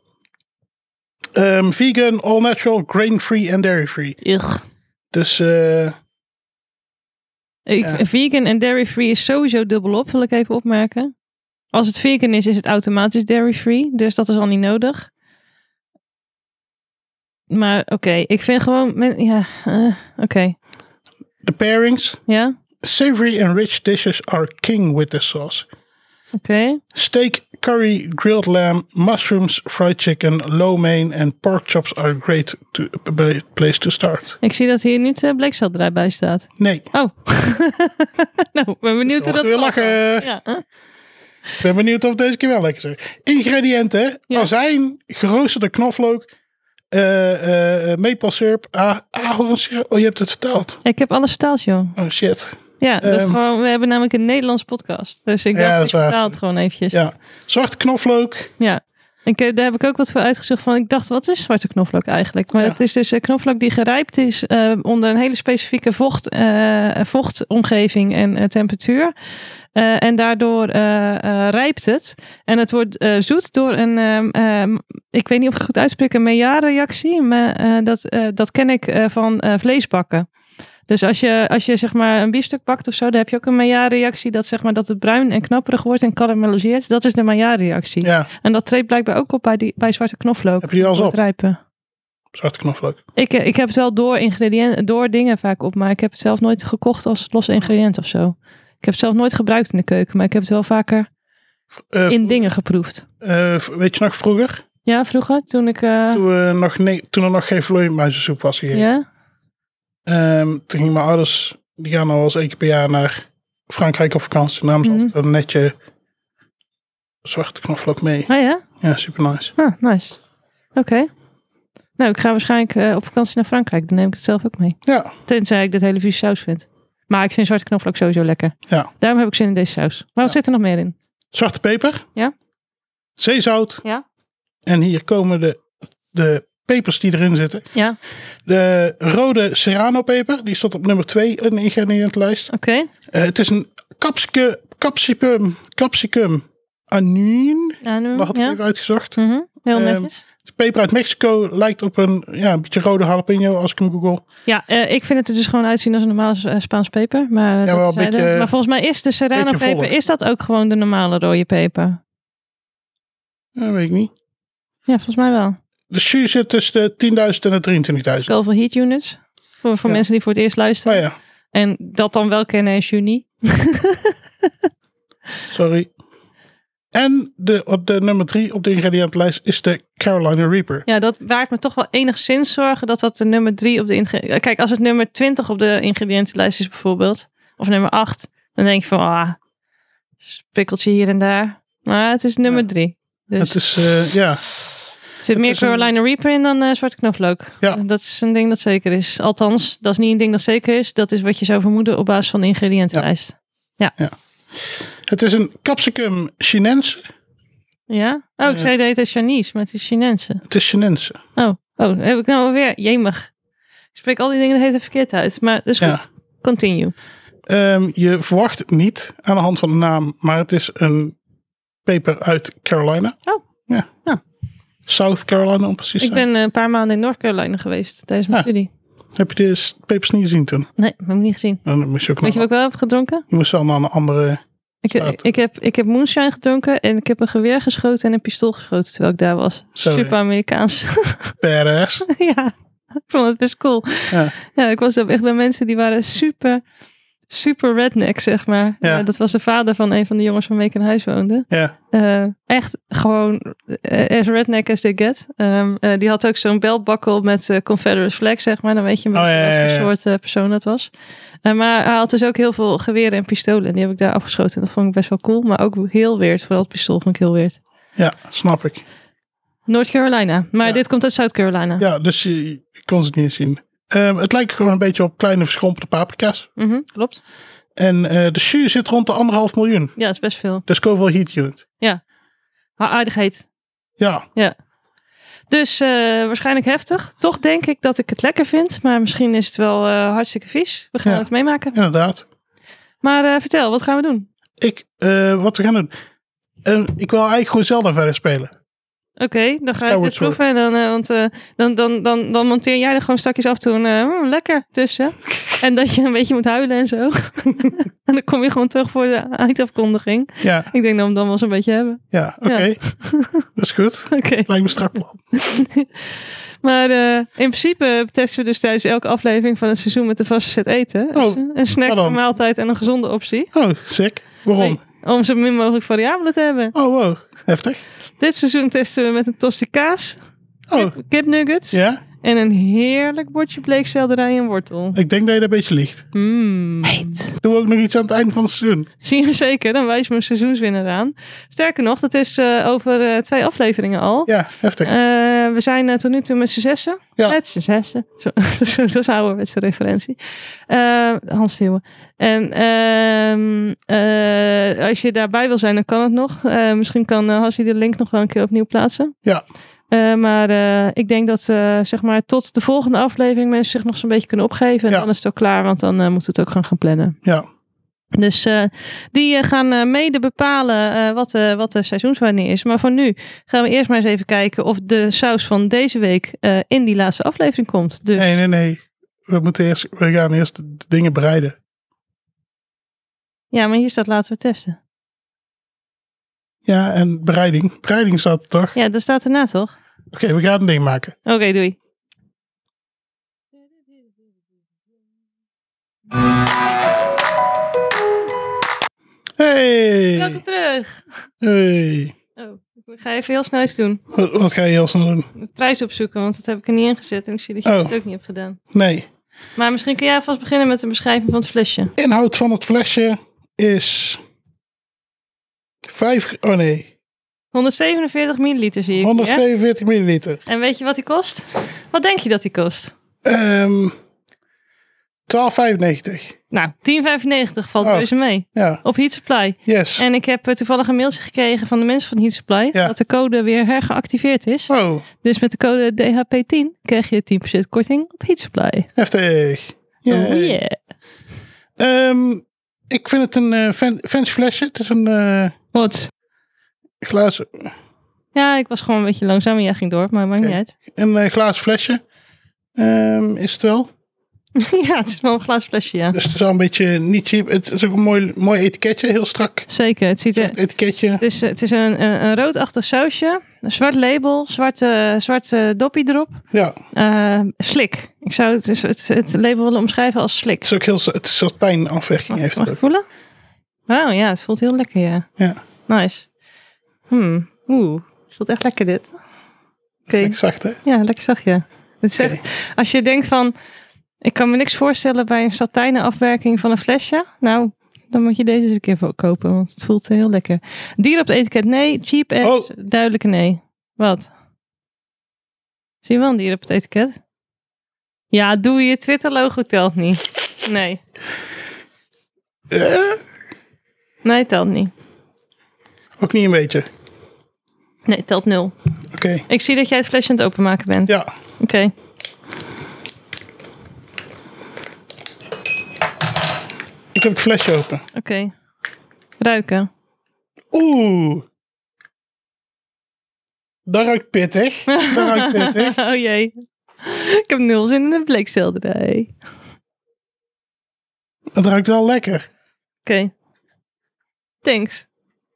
Um, vegan, all natural, grain free en dairy free. Ugh. Dus uh, ik, ja. Vegan en dairy free is sowieso dubbelop, wil ik even opmerken. Als het vegan is, is het automatisch dairy free. Dus dat is al niet nodig. Maar oké, okay, ik vind gewoon... Ja, uh, oké. Okay. De pairings. Ja? Savory and rich dishes are king with this sauce. Oké. Okay. Steak, curry, grilled lamb, mushrooms, fried chicken, lo mein en pork chops are great to, place to start. Ik zie dat hier niet uh, bleekselderij bij staat. Nee. Oh. Nou, ik ben benieuwd hoe dat weer lachen. Ja, huh? Ik ben benieuwd of deze keer wel lekker zijn. Ingrediënten. Ja. Azijn, geroosterde knoflook, uh, uh, maple syrup, ah, ahornsirup. Oh, je hebt het verteld. Ik heb alles verteld, joh. Oh, shit. Ja, dat um, is gewoon, we hebben namelijk een Nederlands podcast. Dus ik dacht, ja, ik vertaal het gewoon eventjes. Ja, zwarte knoflook. Ja, ik, daar heb ik ook wat voor uitgezocht van. Ik dacht, wat is zwarte knoflook eigenlijk? Maar ja. Het is dus een knoflook die gerijpt is uh, onder een hele specifieke vocht, uh, vochtomgeving en uh, temperatuur. Uh, en daardoor uh, uh, rijpt het. En het wordt uh, zoet door een, um, uh, ik weet niet of ik het goed uitspreek, een Maillard-reactie. Maar uh, dat, uh, dat ken ik uh, van uh, vleesbakken. Dus als je, als je zeg maar een biefstuk bakt of zo, dan heb je ook een Maillard-reactie dat, zeg maar, dat het bruin en knapperig wordt en karamelliseert. Dat is de Maillard-reactie. Ja. En dat treedt blijkbaar ook op bij, die, bij zwarte knoflook. Heb je die al eens op? Rijpen. Zwarte knoflook. Ik, ik heb het wel door ingrediënten, door dingen vaak op, maar ik heb het zelf nooit gekocht als losse ingrediënt of zo. Ik heb het zelf nooit gebruikt in de keuken, maar ik heb het wel vaker uh, in dingen geproefd. Uh, weet je nog vroeger? Ja, vroeger, toen ik... Uh... Toen, uh, nog nee, toen er nog geen vlooimuizensoep was gegeten. Ja? Um, toen gingen mijn ouders, die gaan al eens één keer per jaar naar Frankrijk op vakantie. Toen namen ze mm-hmm. altijd een netje zwarte knoflook mee. Oh ja? Ja, super nice. Ah, nice. Oké. Okay. Nou, ik ga waarschijnlijk uh, op vakantie naar Frankrijk. Dan neem ik het zelf ook mee. Ja. Tenzij ik dit hele vieze saus vind. Maar ik vind zwarte knoflook sowieso lekker. Ja. Daarom heb ik zin in deze saus. Maar wat ja. zit er nog meer in? Zwarte peper. Ja. Zeezout. Ja. En hier komen de, de pepers die erin zitten. Ja. De rode serrano peper. Die stond op nummer twee in de ingrediëntenlijst. Oké. Okay. Uh, het is een capsicum, capsicum, capsicum annuum. Annuum, Dat had ik ja. even uitgezocht. Mm-hmm. Heel netjes. Um, de peper uit Mexico lijkt op een, ja, een beetje rode jalapeno als ik hem google. Ja, uh, ik vind het er dus gewoon uitzien als een normale uh, Spaans peper. Maar, uh, ja, dat maar, beetje, maar volgens mij is de serrano peper, voller. Is dat ook gewoon de normale rode peper? Ja, weet ik niet. Ja, volgens mij wel. De jus zit tussen de tienduizend en de drieëntwintigduizend. Scoville Heat Units. Voor, voor ja. mensen die voor het eerst luisteren. Oh, ja. En dat dan wel kennen is juni. Sorry. En de, op de nummer drie op de ingrediëntenlijst is de Carolina Reaper. Ja, dat baart me toch wel enigszins zorgen dat dat de nummer drie op de ingrediënten... Kijk, als het nummer twintig op de ingrediëntenlijst is bijvoorbeeld, of nummer acht, dan denk je van, ah, spikkeltje hier en daar. Maar het is nummer ja. drie. Dus het is, uh, ja. Er zit het meer Carolina een... Reaper in dan uh, zwarte knoflook. Ja. Dat is een ding dat zeker is. Althans, dat is niet een ding dat zeker is. Dat is wat je zou vermoeden op basis van de ingrediëntenlijst. Ja. ja. ja. Het is een capsicum chinense. Ja? Oh, ik uh, zei dat het Chinese, maar het is Chinense. Het is Chinense. Oh, oh, heb ik nou weer... Jemig. Ik spreek al die dingen de hele verkeerd uit. Maar dat is goed. Ja. Continue. Um, je verwacht het niet aan de hand van de naam, maar het is een peper uit Carolina. Oh. Ja. ja. South Carolina om precies te Ik zijn. ben een paar maanden in North Carolina geweest tijdens mijn ja. studie. Heb je de pepers niet gezien toen? Nee, heb ik niet gezien. Dan moest je ook Weet je wat ik wel heb gedronken? Je moest wel naar een andere... Ik, ik, heb, ik heb moonshine gedronken en ik heb een geweer geschoten en een pistool geschoten terwijl ik daar was. Zo, Super Amerikaans. Badass. Ja, ik vond het best cool. Ja. Ja, ik was echt bij mensen die waren super, super redneck, zeg maar. Ja. Uh, dat was de vader van een van de jongens waarmee ik in huis woonde. Ja. Uh, echt gewoon uh, as redneck as they get. Um, uh, die had ook zo'n beltbakkel met uh, Confederate flag, zeg maar. Dan weet je met oh, ja, wat voor ja, ja. soort uh, persoon dat was. Uh, maar hij had dus ook heel veel geweren en pistolen. En die heb ik daar afgeschoten. En dat vond ik best wel cool. Maar ook heel weird. Vooral het pistool vond ik heel weird. Ja, snap ik. North Carolina. Maar ja. dit komt uit South Carolina. Ja, dus je, je kon ze niet eens zien. Um, het lijkt gewoon een beetje op kleine verschrompelde paprika's. Mm-hmm, klopt. En uh, de jus zit rond de anderhalf miljoen. Ja, dat is best veel. De Scoville Heat Unit. Ja. Aardigheid. Ja. Ja. Dus uh, waarschijnlijk heftig. Toch denk ik dat ik het lekker vind. Maar misschien is het wel uh, hartstikke vies. We gaan ja, het meemaken. Inderdaad. Maar uh, vertel, wat gaan we doen? Ik, uh, wat we gaan doen. Uh, ik wil eigenlijk gewoon Zelda verder spelen. Oké, okay, dan ga ik dit proeven. En dan, uh, want, uh, dan, dan, dan, dan monteer jij er gewoon stakjes af toe. Uh, mm, lekker tussen. En dat je een beetje moet huilen en zo. En dan kom je gewoon terug voor de eindafkondiging. Ja. Ik denk dat we hem dan wel eens een beetje hebben. Ja, oké. Okay. Ja. Dat is goed. Okay. Lijkt me strak plan. Maar uh, in principe testen we dus tijdens elke aflevering van het seizoen met de vaste set eten. Oh, dus een snack, een maaltijd en een gezonde optie. Oh, sick. Waarom? Nee, om zo min mogelijk variabelen te hebben. Oh, wow. Heftig. Dit seizoen testen we met een tosti kaas, oh. kip, kipnuggets ja? en een heerlijk bordje bleekselderij en wortel. Ik denk dat je dat een beetje liegt. Mmm. Heet. Doen we ook nog iets aan het einde van het seizoen? Zie je zeker, dan wijs me een seizoenswinnaar aan. Sterker nog, dat is uh, over uh, twee afleveringen al. Ja, heftig. Uh, we zijn uh, tot nu toe met z'n zessen. Ja. Met z'n zessen. Zo, dat is ouderwetse referentie. Uh, Hans Steeuwen. En uh, uh, als je daarbij wil zijn, dan kan het nog. Uh, misschien kan uh, Hassie de link nog wel een keer opnieuw plaatsen. Ja. Uh, maar uh, ik denk dat uh, zeg maar tot de volgende aflevering mensen zich nog zo'n beetje kunnen opgeven. En ja. dan is het ook klaar, want dan uh, moeten we het ook gaan gaan plannen. Ja. Dus uh, die uh, gaan uh, mede bepalen uh, wat, uh, wat de seizoenswanneer is. Maar voor nu gaan we eerst maar eens even kijken of de saus van deze week uh, in die laatste aflevering komt. Dus... Nee, nee, nee. We, moeten eerst, we gaan eerst de dingen bereiden. Ja, maar hier staat laten we testen. Ja, en bereiding. Bereiding staat er toch? Ja, dat staat erna toch? Oké, okay, we gaan een ding maken. Oké, okay, doei. Hey! Welkom terug. Hey! Oh, ik ga even heel snel iets doen. Wat, wat ga je heel snel doen? De prijs opzoeken, want dat heb ik er niet ingezet. En ik zie dat je oh. het ook niet hebt gedaan. Nee. Maar misschien kun jij vast beginnen met de beschrijving van het flesje. Inhoud van het flesje is... Vijf... Oh nee. honderdzevenenveertig milliliter zie ik honderdzevenenveertig milliliter. En weet je wat die kost? Wat denk je dat die kost? Um, twaalf vijfennegentig. Nou, tien vijfennegentig valt oh. reuze mee. Ja. Op Heat Supply. Yes. En ik heb uh, toevallig een mailtje gekregen van de mensen van Heat Supply. Ja. Dat de code weer hergeactiveerd is. Oh. Dus met de code D H P tien krijg je tien procent korting op Heat Supply. Heftig. Yay. Oh yeah. Um, ik vind het een uh, fan, fancy flesje. Het is een... Uh, Wat? Glazen... Ja, ik was gewoon een beetje langzaam en jij ging door, maar maakt okay. niet uit. Een uh, glazen flesje. Um, is het wel? Ja, het is wel een glazen flesje, ja. Dus het is al een beetje niet cheap. Het is ook een mooi, mooi etiketje, heel strak. Zeker. Het ziet er, etiketje. Het is, het is een, een, een roodachtig sausje. Een zwart label, zwarte, zwarte doppie erop. Ja. Uh, slik. Ik zou het, het, het label willen omschrijven als slik. Het is ook heel, het is een soort pijnafwerking. Heeft Mag het ik voelen? Wauw, ja, het voelt heel lekker, ja. Ja. Nice. Hmm. Oeh, het voelt echt lekker dit. Okay. Lekker zacht, hè? Ja, lekker zacht, ja. Het zegt, okay. Als je denkt van, ik kan me niks voorstellen bij een satijnen afwerking van een flesje. Nou, dan moet je deze eens een keer kopen, want het voelt heel lekker. Dier op het etiket, nee. Cheap ads, oh. Duidelijke nee. Wat? Zie je wel een dier op het etiket? Ja, doe je Twitter logo telt niet. Nee. Uh? Nee, telt niet. Ook niet een beetje? Nee, telt nul. Oké. Okay. Ik zie dat jij het flesje aan het openmaken bent. Ja. Oké. Okay. Ik heb het flesje open. Oké. Okay. Ruiken. Oeh. Dat ruikt pittig. Dat ruikt pittig. Oh jee. Ik heb nul zin in een bleekselderij. Het ruikt wel lekker. Oké. Okay. Thanks.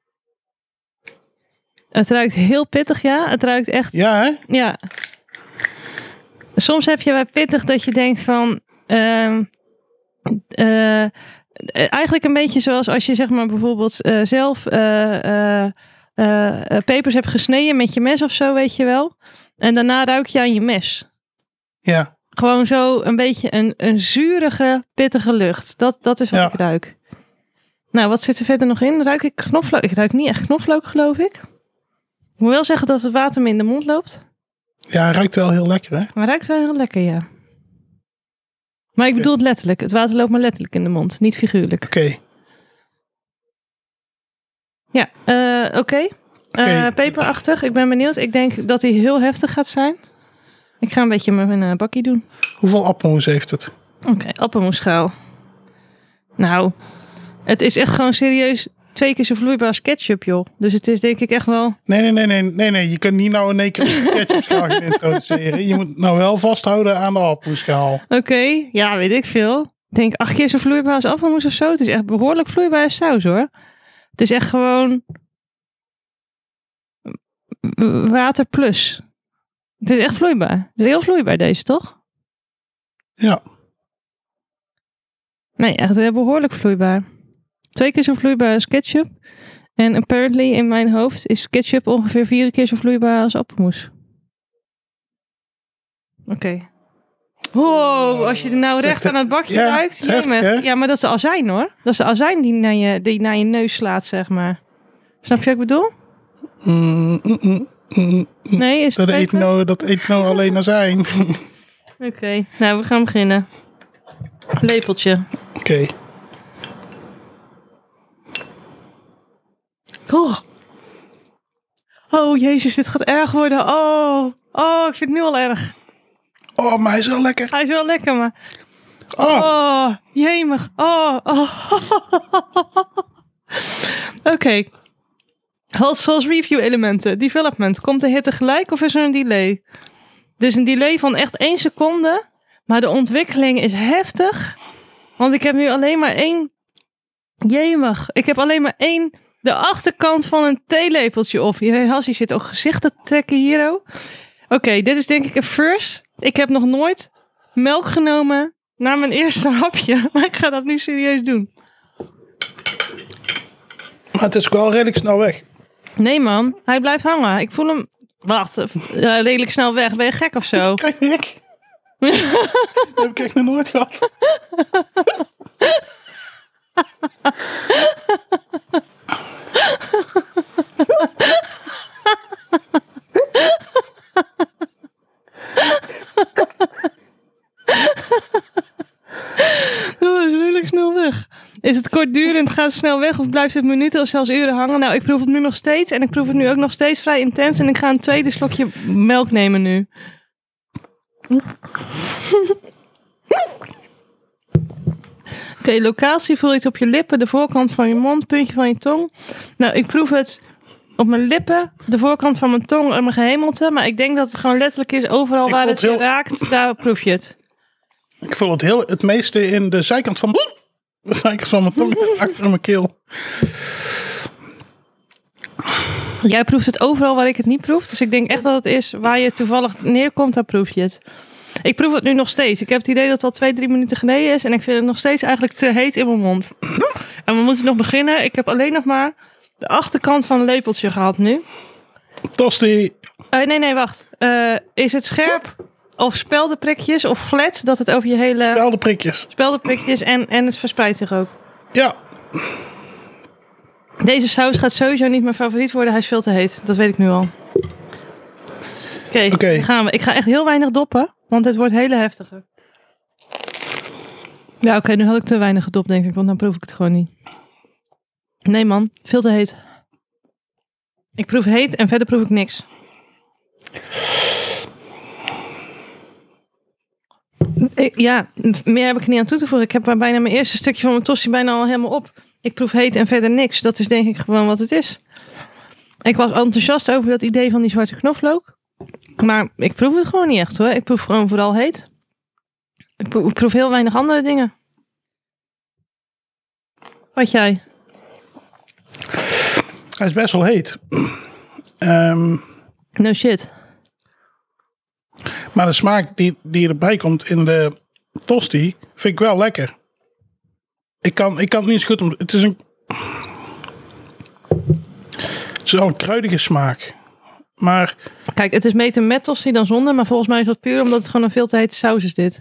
Het ruikt heel pittig, ja. Het ruikt echt... Ja, hè? Ja. Soms heb je bij pittig dat je denkt van... Uh, uh, eigenlijk een beetje zoals als je zeg maar bijvoorbeeld uh, zelf uh, uh, uh, pepers hebt gesneden met je mes of zo, weet je wel. En daarna ruik je aan je mes. Ja. Gewoon zo een beetje een, een zurige, pittige lucht. Dat, dat is wat ja. ik ruik. Nou, wat zit er verder nog in? Ruik ik knoflook? Ik ruik niet echt knoflook, geloof ik. Ik moet wel zeggen dat het water me in de mond loopt. Ja, hij ruikt wel heel lekker, hè? Maar ruikt wel heel lekker, ja. Maar ik bedoel het letterlijk. Het water loopt me letterlijk in de mond, niet figuurlijk. Oké. Okay. Ja, uh, oké. Okay. Okay. Uh, peperachtig. Ik ben benieuwd. Ik denk dat hij heel heftig gaat zijn. Ik ga een beetje met mijn uh, bakkie doen. Hoeveel appelmoes heeft het? Oké, okay, appelmoesschaal. Nou, het is echt gewoon serieus twee keer zo vloeibaar als ketchup, joh. Dus het is denk ik echt wel... Nee, nee, nee, nee, nee, nee. Je kunt niet nou in één keer een ketchupschaal gaan introduceren. Je moet nou wel vasthouden aan de appelmoesschaal. Oké, okay. Ja, weet ik veel. Ik denk acht keer zo vloeibaar als appelmoes of zo. Het is echt behoorlijk vloeibaar als saus, hoor. Het is echt gewoon... water plus. Het is echt vloeibaar. Het is heel vloeibaar, deze, toch? Ja. Nee, echt behoorlijk vloeibaar. Twee keer zo vloeibaar als ketchup. En apparently in mijn hoofd is ketchup ongeveer vier keer zo vloeibaar als appelmoes. Oké. Okay. Wow, als je er nou recht aan het bakje ja, ruikt. Heftig, ja, maar dat is de azijn, hoor. Dat is de azijn die naar je, die naar je neus slaat, zeg maar. Snap je wat ik bedoel? Mm, mm, mm, mm, nee, is het dat eet nou, dat eet nou alleen azijn. Oké, okay. Nou, we gaan beginnen. Lepeltje. Oké. Okay. Oh. Oh, jezus, dit gaat erg worden. Oh, oh, ik vind het nu al erg. Oh, maar hij is wel lekker. Hij is wel lekker, maar... Oh, oh jemig. Oh, oh. Oké. Okay. Hot sauce review elementen. Development. Komt de hitte gelijk of is er een delay? Dus een delay van echt één seconde. Maar de ontwikkeling is heftig. Want ik heb nu alleen maar één... Jemig. Ik heb alleen maar één... De achterkant van een theelepeltje op. Hassie zit ook gezicht te trekken hier. Oké, okay, dit is denk ik een first. Ik heb nog nooit melk genomen na mijn eerste hapje. Maar ik ga dat nu serieus doen. Maar het is ook wel redelijk snel weg. Nee man, hij blijft hangen. Ik voel hem... Wacht, uh, redelijk snel weg. Ben je gek of zo? Kijk, ik. Dat heb ik echt nog nooit gehad. Dat is redelijk snel weg. Is het kortdurend, gaat het snel weg of blijft het minuten of zelfs uren hangen? Nou, ik proef het nu nog steeds en ik proef het nu ook nog steeds vrij intens en ik ga een tweede slokje melk nemen nu. Oké, okay, locatie voel je het op je lippen, de voorkant van je mond, puntje van je tong. Nou, ik proef het op mijn lippen, de voorkant van mijn tong en mijn gehemelte, maar ik denk dat het gewoon letterlijk is overal ik waar het, het heel... raakt, daar proef je het. Ik voel het heel het meeste in de zijkant van de zijkant van mijn tong achter mijn keel. Jij proeft het overal waar ik het niet proef, dus ik denk echt dat het is waar je toevallig neerkomt, daar proef je het. Ik proef het nu nog steeds. Ik heb het idee dat het al twee, drie minuten geleden is. En ik vind het nog steeds eigenlijk te heet in mijn mond. En we moeten nog beginnen. Ik heb alleen nog maar de achterkant van een lepeltje gehad nu. Tosti. Uh, nee, nee, wacht. Uh, is het scherp of speldenprikjes of flat? Dat het over je hele... Speldenprikjes. Speldenprikjes en, en het verspreidt zich ook. Ja. Deze saus gaat sowieso niet mijn favoriet worden. Hij is veel te heet. Dat weet ik nu al. Oké, okay, okay. gaan we. Ik ga echt heel weinig doppen. Want het wordt hele heftige. Ja, oké, okay, nu had ik te weinig gedopt, denk ik. Want dan proef ik het gewoon niet. Nee, man. Veel te heet. Ik proef heet en verder proef ik niks. Ik, ja, meer heb ik er niet aan toe te voegen. Ik heb bijna mijn eerste stukje van mijn tosti bijna al helemaal op. Ik proef heet en verder niks. Dat is denk ik gewoon wat het is. Ik was enthousiast over dat idee van die zwarte knoflook. Maar ik proef het gewoon niet echt hoor. Ik proef gewoon vooral heet. Ik proef, ik proef heel weinig andere dingen. Wat jij? Hij is best wel heet. Um, no shit. Maar de smaak die, die erbij komt in de tosti vind ik wel lekker. Ik kan, ik kan het niet zo goed om. Het is een. Het is wel een kruidige smaak. Maar. Kijk, het is beter met tosti dan zonder. Maar volgens mij is dat puur omdat het gewoon een veel te hete saus is dit.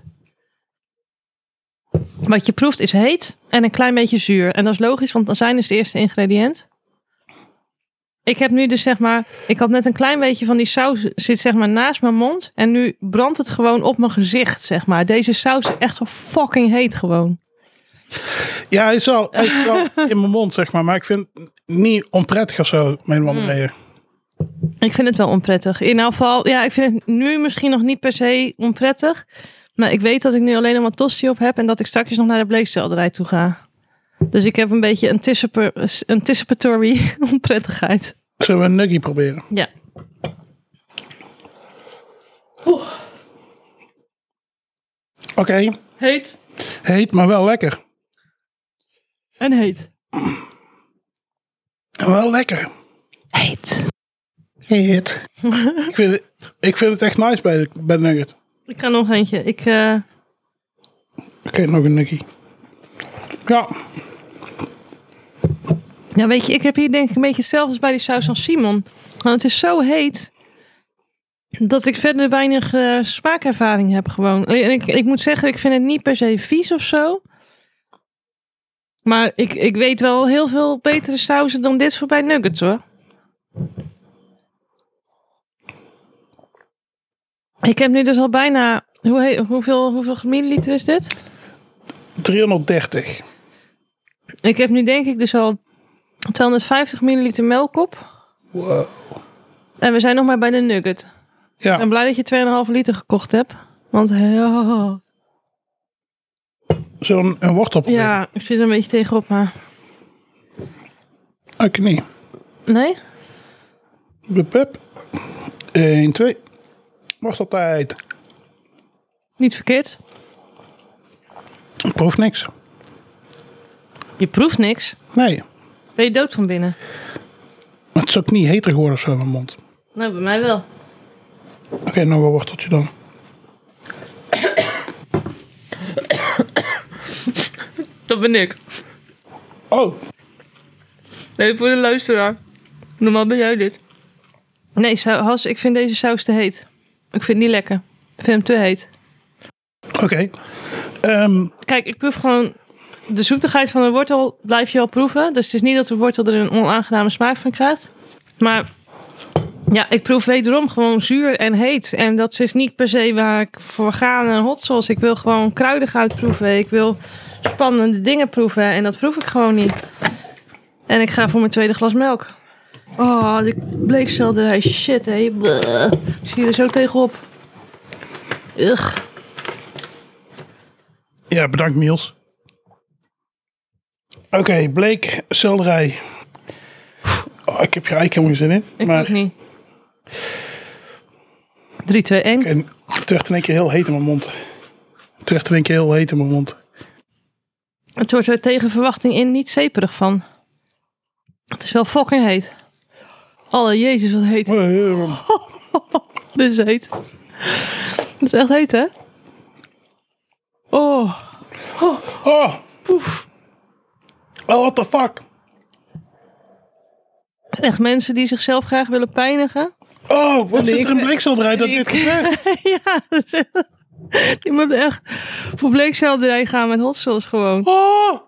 Wat je proeft is heet en een klein beetje zuur. En dat is logisch, want azijn is het eerste ingrediënt. Ik heb nu dus zeg maar... Ik had net een klein beetje van die saus zit zeg maar naast mijn mond. En nu brandt het gewoon op mijn gezicht, zeg maar. Deze saus is echt zo fucking heet gewoon. Ja, hij is wel, hij is wel in mijn mond, zeg maar. Maar ik vind het niet onprettig of zo, mijn wandelreden. Mm. Ik vind het wel onprettig. In elk geval, ja, ik vind het nu misschien nog niet per se onprettig. Maar ik weet dat ik nu alleen nog wat tosti op heb. En dat ik straks nog naar de bleekselderij toe ga. Dus ik heb een beetje anticipa- anticipatory onprettigheid. Zullen we een nuggie proberen? Ja. Oeh. Oké. Okay. Heet. Heet, maar wel lekker. En heet. Wel lekker. Heet. Heet. ik, vind het, ik vind het echt nice bij de, bij de nugget. Ik kan nog eentje. Ik... Uh... Oké, okay, nog een nuggie. Ja. Ja, weet je, ik heb hier denk ik een beetje hetzelfde als bij die saus van Simon. Want het is zo heet dat ik verder weinig uh, smaakervaring heb gewoon. En ik, ik moet zeggen, ik vind het niet per se vies of zo. Maar ik, ik weet wel heel veel betere sauzen dan dit voor bij nuggets hoor. Ik heb nu dus al bijna... Hoe he, hoeveel, hoeveel milliliter is dit? driehonderddertig. Ik heb nu denk ik dus al tweehonderdvijftig milliliter melk op. Wow. En we zijn nog maar bij de nugget. Ja. Ik ben blij dat je twee komma vijf liter gekocht hebt. Want ja... Zullen we een, een wortel proberen? Ja, ik zit er een beetje tegenop, maar... Oké, okay, nee. Nee? Bup, bup. één, twee. Worteltijd. Niet verkeerd. Ik proef niks. Je proeft niks. Nee. Ben je dood van binnen? Maar het is ook niet heter geworden of zo in mijn mond. Nou, bij mij wel. Oké, okay, nog een worteltje dan. Dat ben ik. Oh. Nee, voor de luisteraar. Normaal ben jij dit. Nee, Has, ik vind deze saus te heet. Ik vind het niet lekker. Ik vind hem te heet. Oké. Okay. Um, Kijk, ik proef gewoon... De zoetigheid van de wortel blijf je al proeven. Dus het is niet dat de wortel er een onaangename smaak van krijgt. Maar ja, ik proef wederom gewoon zuur en heet. En dat is niet per se waar ik voor ga naar hot sauce. Ik wil gewoon kruidigheid proeven. Ik wil spannende dingen proeven. En dat proef ik gewoon niet. En ik ga voor mijn tweede glas melk. Oh, die bleekselderij. Shit, hé. Ik zie je er zo tegenop. Ugh. Ja, bedankt Niels. Oké, okay, bleek, selderij. Oh, ik heb hier eigenlijk helemaal geen zin in. Ik maar... ook niet. drie, twee, één. Okay, het werd in één keer heel heet in mijn mond. Het werd in één keer heel heet in mijn mond. Het wordt er tegen verwachting in niet zeeperig van. Het is wel fucking heet. Alle jezus, wat heet. Dit is heet. Dit is echt heet, hè? Oh. Oh. Oh. Poef. Oh, what the fuck? Echt mensen die zichzelf graag willen pijnigen. Oh, wat zit er in bleekselderij dat dit gebeurt? Ja, die moet echt voor bleekselderij gaan met hot sauce gewoon. Oh.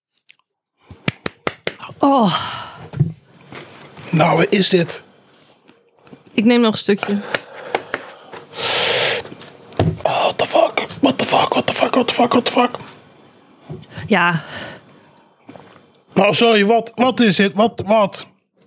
Oh. Nou, wat is dit? Ik neem nog een stukje. Oh, what the fuck? What the fuck? What the fuck? What the fuck? What the fuck? Ja. Nou, sorry, wat, wat is dit? Wat, wat?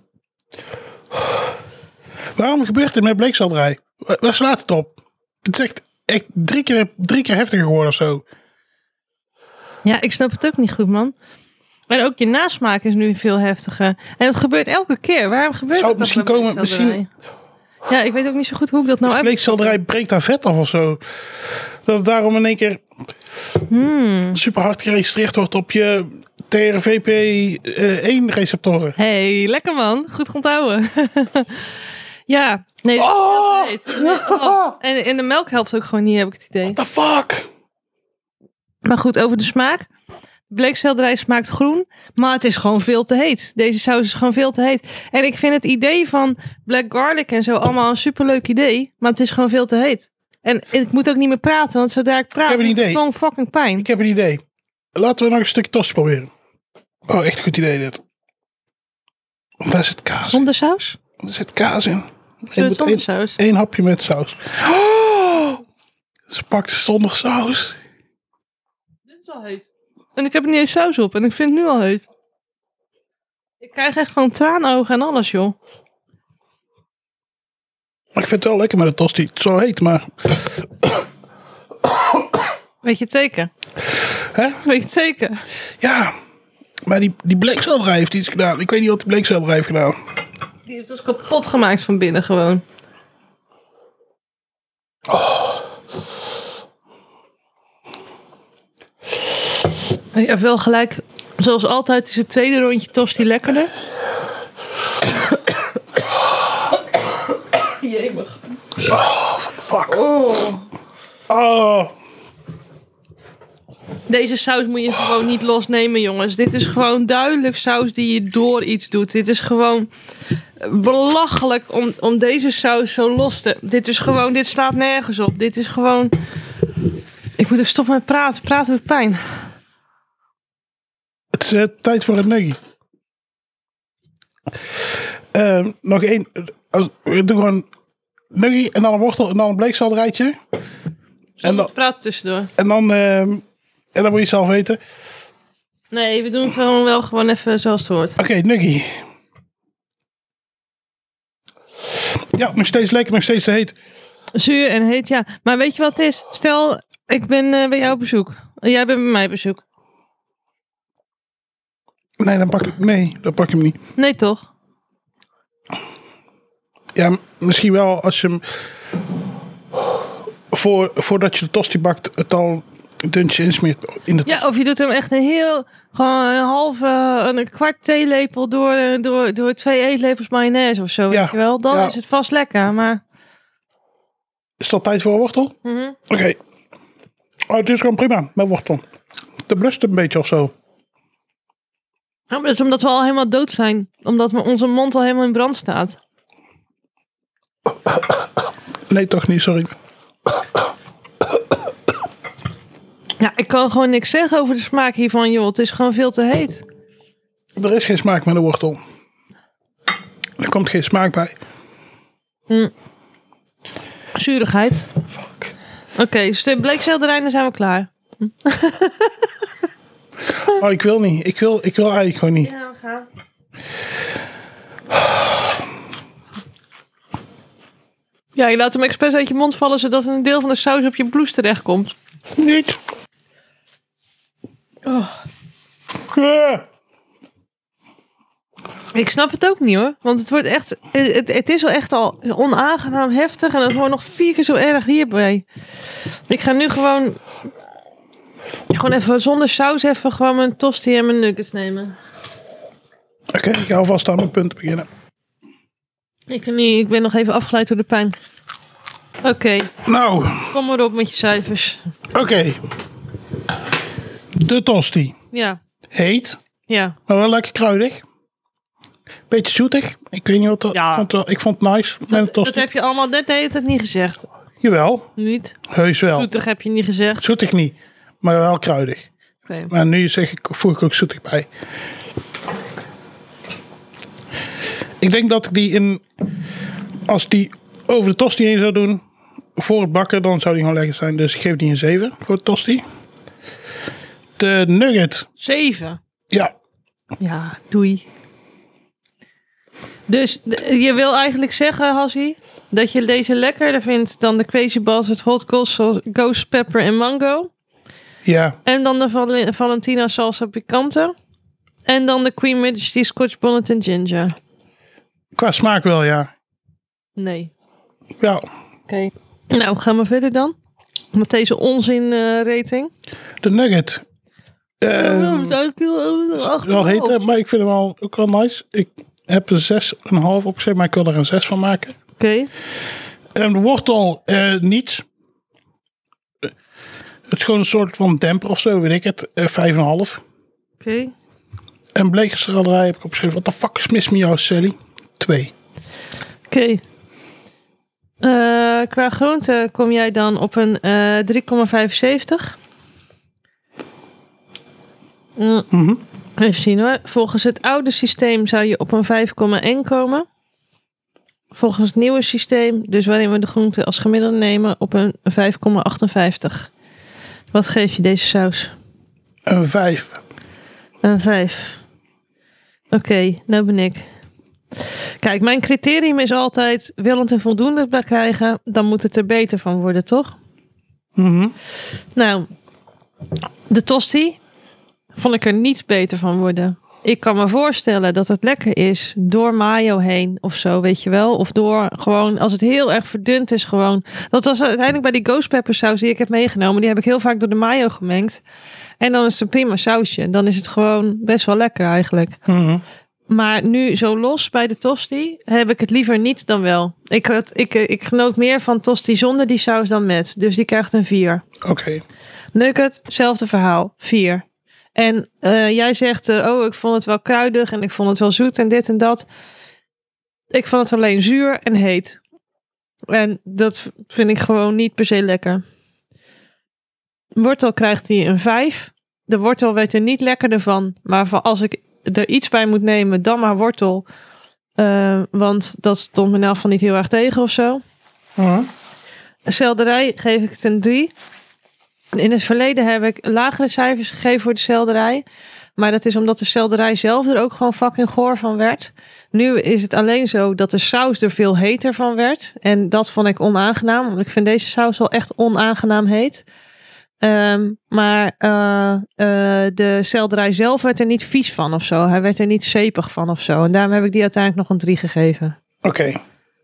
Waarom gebeurt dit met bleekselderij? Waar, waar slaat het op? Het is echt, echt drie, keer, drie keer heftiger geworden of zo. Ja, ik snap het ook niet goed, man. En ook je nasmaak is nu veel heftiger. En het gebeurt elke keer. Waarom gebeurt Zou het het misschien komen? Misschien... Ja, ik weet ook niet zo goed hoe ik dat nou heb. Bleekselderij breekt daar vet af of zo. Dat het daarom in één keer Hmm. super hard geregistreerd wordt op je T R V P één receptoren. Hey, lekker man. Goed onthouden. Ja, nee. Dat Oh! is heel heet. Oh. En, en de melk helpt ook gewoon niet, heb ik het idee. What the fuck? Maar goed, over de smaak. Bleekselderij smaakt groen, maar het is gewoon veel te heet. Deze saus is gewoon veel te heet. En ik vind het idee van black garlic en zo allemaal een superleuk idee, maar het is gewoon veel te heet. En ik moet ook niet meer praten, want zodra ik praat, Ik heb een idee. is het gewoon fucking pijn. Ik heb een idee. Laten we nog een stukje tosti proberen. Oh, echt een goed idee dit. Want daar zit kaas in. Zonder saus? Er zit kaas in. Zullen we zonder saus? Eén hapje met saus. Oh! Ze pakt zonder saus. Dit is al heet. En ik heb er niet eens saus op en ik vind het nu al heet. Ik krijg echt gewoon traanogen en alles, joh. Maar ik vind het wel lekker met de tosti. Het is wel heet, maar... Weet je het zeker? Hè? Weet je het zeker? Ja, maar die, die bleekselderij heeft iets gedaan. Ik weet niet wat die bleekselderij heeft gedaan. Die heeft ons kapot gemaakt van binnen gewoon. Oh. Je hebt wel gelijk. Zoals altijd is het tweede rondje tosti lekkerder. Jemig. Oh, what the fuck. Oh. Oh. Deze saus moet je gewoon niet losnemen, jongens. Dit is gewoon duidelijk saus die je door iets doet. Dit is gewoon belachelijk om, om deze saus zo los te... Dit is gewoon... Dit slaat nergens op. Dit is gewoon... Ik moet ook stoppen met praten. Praten doet pijn. Het is uh, tijd voor het nuggie. Uh, nog één. Uh, we doen gewoon nuggie en dan een wortel en dan een bleekselderijtje. En dan praten tussendoor. En dan, uh, en dan moet je zelf weten. Nee, we doen het gewoon wel gewoon even zoals het hoort. Oké, okay, nuggie. Ja, nog steeds lekker, nog steeds te heet. Zuur en heet, ja. Maar weet je wat het is? Stel, ik ben uh, bij jou op bezoek. Jij bent bij mij op bezoek. Nee, dan pak ik, nee, dan pak je hem niet. Nee, toch? Ja, misschien wel als je hem... Voor, voordat je de tosti bakt, het al een duntje insmeert in de tosti. Ja, of je doet hem echt een heel... Gewoon een halve, een kwart theelepel door, door, door twee eetlepels mayonaise of zo. Ja, weet je wel? Dan ja. is het vast lekker, maar... Is dat tijd voor een wortel? Mm-hmm. Oké. Okay. Oh, het is gewoon prima met wortel. De blust een beetje of zo. Ja, maar dat is omdat we al helemaal dood zijn. Omdat onze mond al helemaal in brand staat. Nee, toch niet, sorry. Ja, ik kan gewoon niks zeggen over de smaak hiervan, joh. Het is gewoon veel te heet. Er is geen smaak met de wortel. Er komt geen smaak bij. Hm. Zuurigheid. Fuck. Oké, okay, dus de bleekselderij, dan zijn we klaar. Oh, ik wil niet. Ik wil, ik wil eigenlijk gewoon niet. Ja, we gaan. Ja, je laat hem expres uit je mond vallen, zodat een deel van de saus op je blouse terechtkomt. Niet. Oh. Ja. Ik snap het ook niet, hoor. Want het wordt echt... Het, het is wel echt al onaangenaam heftig. En het wordt nog vier keer zo erg hierbij. Ik ga nu gewoon... Gewoon even zonder saus even gewoon mijn tosti en mijn nuggets nemen. Oké, okay, ik ga alvast aan mijn punt beginnen. Ik, niet, ik ben nog even afgeleid door de pijn. Oké. Okay. Nou. Kom maar op met je cijfers. Oké. Okay. De tosti. Ja. Heet. Ja. Maar wel lekker kruidig. Beetje zoetig. Ik weet niet wat dat... Ja. Ik, vond het, ik vond het nice met dat, de tosti. dat heb je allemaal net de hele tijd niet gezegd. Jawel. Niet? Heus wel. Zoetig heb je niet gezegd. Zoetig niet. Maar wel kruidig. Okay. Maar nu zeg ik, voeg ik ook zoetig bij. Ik denk dat ik die in... Als die over de tosti heen zou doen... Voor het bakken, dan zou die gewoon lekker zijn. Dus ik geef die een zeven voor de tosti. De nugget. zeven? Ja. Ja, doei. Dus je wil eigenlijk zeggen, Hassie... dat je deze lekkerder vindt dan de Crazy Bastard Hot Ghost Pepper en Mango... Ja. En dan de Val- Valentina Salsa Picante. En dan de Queen Majesty Scotch Bonnet en Ginger. Qua smaak wel, ja. Nee. Ja. Oké. Okay. Nou, gaan we verder dan? Met deze onzin uh, rating. De Nugget. Uh, ja, het is wel heet, maar ik vind hem wel, ook wel nice. Ik heb een zes komma vijf opgezet, maar ik wil er een zes van maken. Oké. Okay. En de wortel, uh, niets. Uh, het is gewoon een soort van demper of zo, weet ik het. Uh, vijf komma vijf. Oké. Okay. En bleekgeschilderij heb ik opgeschreven. Wat de fuck is mis met jou, Sally? twee. Oké. Okay. Uh, qua groente kom jij dan op een uh, drie komma vijfenzeventig. Mm. Mm-hmm. Even zien hoor. Volgens het oude systeem zou je op een vijf komma één komen. Volgens het nieuwe systeem, dus waarin we de groente als gemiddelde nemen, op een vijf komma achtenvijftig. Wat geef je deze saus? Een vijf. Een vijf. Oké, okay, nou ben ik. Kijk, mijn criterium is altijd willend en voldoende krijgen. Dan moet het er beter van worden, toch? Mm-hmm. Nou, de tosti vond ik er niet beter van worden. Ik kan me voorstellen dat het lekker is door mayo heen of zo, weet je wel. Of door gewoon, als het heel erg verdund is gewoon. Dat was uiteindelijk bij die ghost pepper saus die ik heb meegenomen. Die heb ik heel vaak door de mayo gemengd. En dan is het een prima sausje. Dan is het gewoon best wel lekker eigenlijk. Mm-hmm. Maar nu zo los bij de tosti heb ik het liever niet dan wel. Ik, had, ik, ik genoot meer van tosti zonder die saus dan met. Dus die krijgt een vier. Oké. Okay. Nugget, hetzelfde verhaal. vier. En uh, jij zegt, uh, oh, ik vond het wel kruidig en ik vond het wel zoet en dit en dat. Ik vond het alleen zuur en heet. En dat vind ik gewoon niet per se lekker. Wortel krijgt hij een vijf. De wortel werd er niet lekkerder van. Maar van als ik er iets bij moet nemen, dan maar wortel. Uh, want dat stond me nou van niet heel erg tegen of zo. Uh-huh. Selderij geef ik het een drie. In het verleden heb ik lagere cijfers gegeven voor de selderij. Maar dat is omdat de selderij zelf er ook gewoon fucking goor van werd. Nu is het alleen zo dat de saus er veel heter van werd. En dat vond ik onaangenaam. Want ik vind deze saus wel echt onaangenaam heet. Um, maar uh, uh, de selderij zelf werd er niet vies van of zo. Hij werd er niet zeepig van of zo. En daarom heb ik die uiteindelijk nog een drie gegeven. Oké. Okay.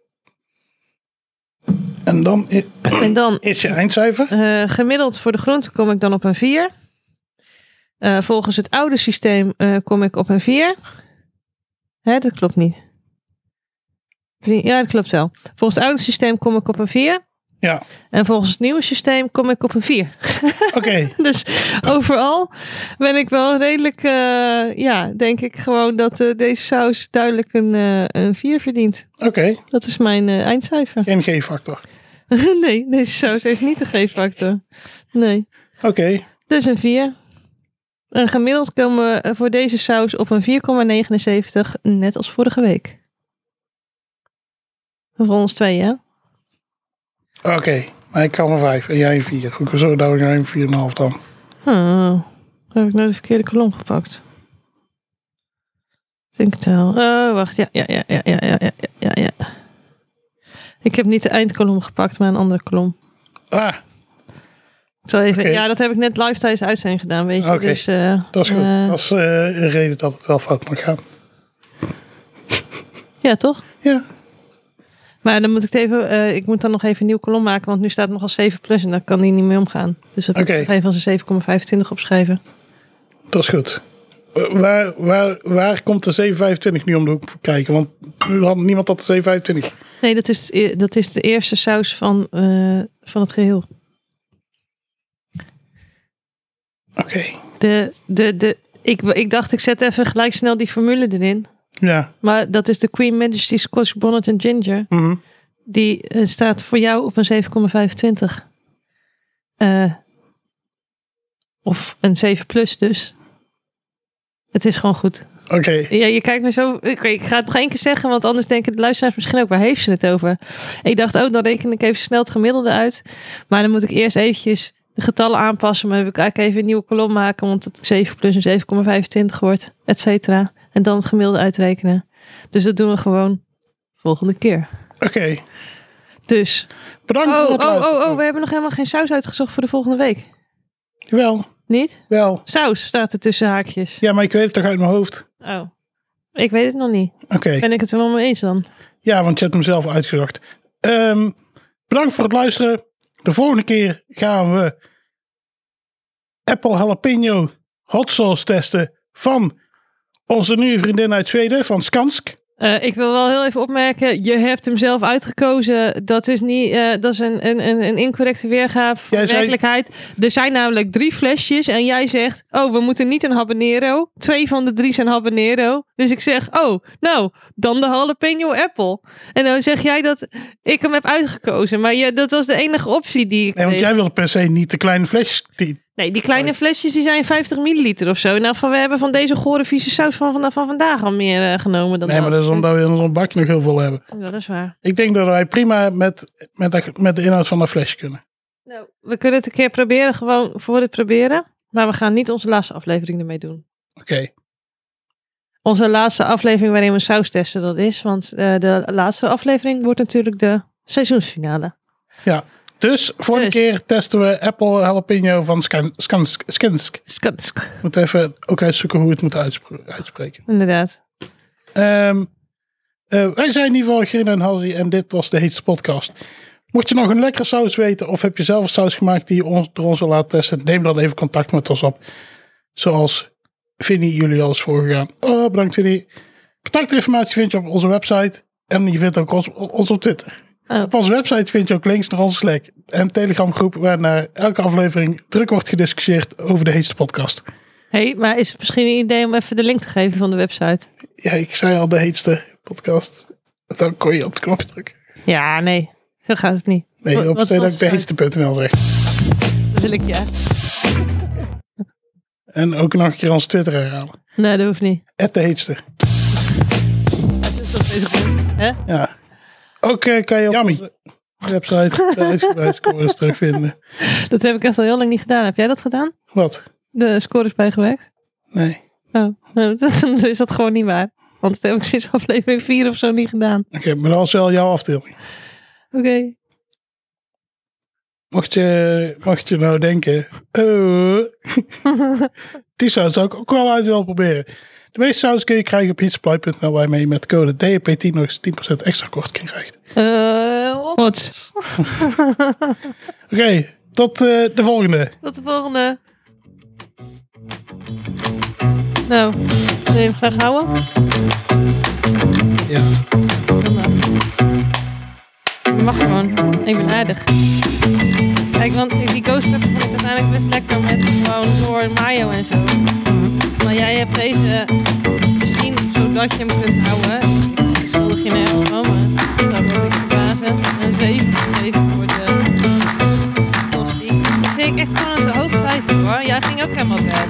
En dan, is, en dan is je eindcijfer? Uh, gemiddeld voor de groente kom ik dan op een vier. Uh, volgens het oude systeem uh, kom ik op een vier. Hè, dat klopt niet. Drie, ja, dat klopt wel. Volgens het oude systeem kom ik op een vier. Ja. En volgens het nieuwe systeem kom ik op een vier. Oké. Okay. Dus overal ben ik wel redelijk, uh, ja, denk ik gewoon dat uh, deze saus duidelijk een, uh, een vier verdient. Oké. Okay. Dat is mijn uh, eindcijfer. Geen G-factor. Nee, deze saus heeft niet een G-factor. Nee. Oké. Okay. Dus een vier. En gemiddeld komen we voor deze saus op een vier komma negenenzeventig, net als vorige week. Voor ons twee, hè? Oké, okay, maar ik kan een vijf en jij een vier. Goed, zo dat ik een vier komma vijf dan. Oh, heb ik nou de verkeerde kolom gepakt? Ik denk het wel. Oh, wacht. Ja, ja, ja, ja, ja, ja, ja, ja. Ik heb niet de eindkolom gepakt, maar een andere kolom. Ah. Zo even, okay. Ja, dat heb ik net live tijdens uitzending gedaan, weet je. Oké, okay. Dus, uh, dat is goed. Uh, dat is uh, een reden dat het wel fout mag gaan. Ja, toch? Ja. Maar dan moet ik even, uh, ik moet dan nog even een nieuw kolom maken, want nu staat het nog als zeven plus en daar kan die niet mee omgaan. Dus dat okay. moet ik nog even als een zeven komma vijfentwintig opschrijven. Dat is goed. Uh, waar, waar, waar komt de zeven komma vijfentwintig nu om de hoek kijken? Want nu had niemand dat de zeven komma vijfentwintig. Nee, dat is, dat is de eerste saus van, uh, van het geheel. Oké. Okay. De, de, de, ik, ik dacht, ik zet even gelijk snel die formule erin. Ja. Maar dat is de Queen Majesty Scotch Bonnet and Ginger. Mm-hmm. Die uh, staat voor jou op een zeven komma vijfentwintig. Uh, of een zeven plus dus. Het is gewoon goed. Oké. Okay. Ja, je kijkt me zo... Ik, ik ga het nog één keer zeggen, want anders denken de luisteraars misschien ook, waar heeft ze het over? Ik dacht, oh, dan reken ik even snel het gemiddelde uit. Maar dan moet ik eerst eventjes de getallen aanpassen. Maar dan heb ik eigenlijk even een nieuwe kolom maken, want het zeven plus een zeven komma vijfentwintig wordt, et cetera. En dan het gemiddelde uitrekenen. Dus dat doen we gewoon volgende keer. Oké. Okay. Dus. Bedankt oh, voor het oh, luisteren. Oh, oh, we hebben nog helemaal geen saus uitgezocht voor de volgende week. Jawel. Niet? Wel. Saus staat er tussen haakjes. Ja, maar ik weet het toch uit mijn hoofd. Oh. Ik weet het nog niet. Oké. Okay. Ben ik het er wel mee eens dan? Ja, want je hebt hem zelf uitgezocht. Um, bedankt voor het luisteren. De volgende keer gaan we Apple Jalapeno Hot Sauce testen van onze nieuwe vriendin uit Zweden, van Skansk. Uh, ik wil wel heel even opmerken, je hebt hem zelf uitgekozen. Dat is, niet, uh, dat is een, een, een incorrecte weergave van jij de werkelijkheid. Zei... Er zijn namelijk drie flesjes en jij zegt, oh, we moeten niet een habanero. Twee van de drie zijn habanero. Dus ik zeg, oh, nou, dan de jalapeno apple. En dan zeg jij dat ik hem heb uitgekozen. Maar je, dat was de enige optie die ik Nee, want deed. jij wilde per se niet de kleine flesjes. Die... Nee, die kleine flesjes die zijn vijftig milliliter of zo. Nou, van, we hebben van deze gore vieze saus van, van, van vandaag al meer uh, genomen dan Nee, dat. maar dat is omdat we in zo'n bakje nog heel veel hebben. Ja, dat is waar. Ik denk dat wij prima met, met, de, met de inhoud van dat flesje kunnen. Nou, we kunnen het een keer proberen, gewoon voor het proberen. Maar we gaan niet onze laatste aflevering ermee doen. Oké. Okay. Onze laatste aflevering waarin we saus testen, dat is. Want uh, de laatste aflevering wordt natuurlijk de seizoensfinale. Ja. Dus, volgende dus. keer testen we Apple Jalapeno van Skansk. Skansk. Skansk. Moet even ook uitzoeken hoe we het moeten uitspre- uitspreken. Inderdaad. Um, uh, wij zijn in ieder geval Grin en Halsey en dit was de heetste podcast. Mocht je nog een lekkere saus weten of heb je zelf een saus gemaakt die je ons, door ons wil laten testen, neem dan even contact met ons op. Zoals Vinnie jullie al is voorgegaan. Oh, bedankt Vinnie. Contactinformatie vind je op onze website en je vindt ook ons, ons op Twitter. Oh. Op onze website vind je ook links naar onze Slack en Telegram groep waar naar elke aflevering druk wordt gediscussieerd over de heetste podcast. Hé, hey, maar is het misschien een idee om even de link te geven van de website? Ja, ik zei al de heetste podcast. Dan kon je op het knopje drukken. Ja, nee. Zo gaat het niet. Nee, op het dat ik de heetste punt n l zeg. Dat wil ik, ja. En ook nog een keer onze Twitter herhalen. Nee, dat hoeft niet. Het de heetste. Als je het op bezig bent, hè? Ja. Ook uh, kan je op Yummy. onze website de uitgebreid scores terugvinden. Dat heb ik echt al heel lang niet gedaan. Heb jij dat gedaan? Wat? De scores bijgewerkt? Nee. Oh, nou, dan is dat gewoon niet waar. Want dat heb ik sinds aflevering vier of zo niet gedaan. Oké, okay, maar dat was wel jouw afdeling. Oké. Okay. Mocht je, mocht je nou denken, oh, die saus zou ik ook wel uit willen proberen. De meeste saus kun je krijgen op heatsupply punt n l waarmee je met code D P tien nog eens tien procent extra korting krijgt. Uh, wat? Oké, okay, tot uh, de volgende. Tot de volgende. Nou, wil je hem graag houden? Ja. Je mag gewoon. Ik ben aardig. Kijk, want die ghost pepper vond ik uiteindelijk best lekker met gewoon door mayo en zo. Maar jij hebt deze misschien zodat je hem kunt houden. Ik schuldig je nergens van, maar dat word ik verbazen. Een zeven gegeven voor de tosti. Dat vind ik echt gewoon een te hoog cijfer hoor. Jij ging ook helemaal weg.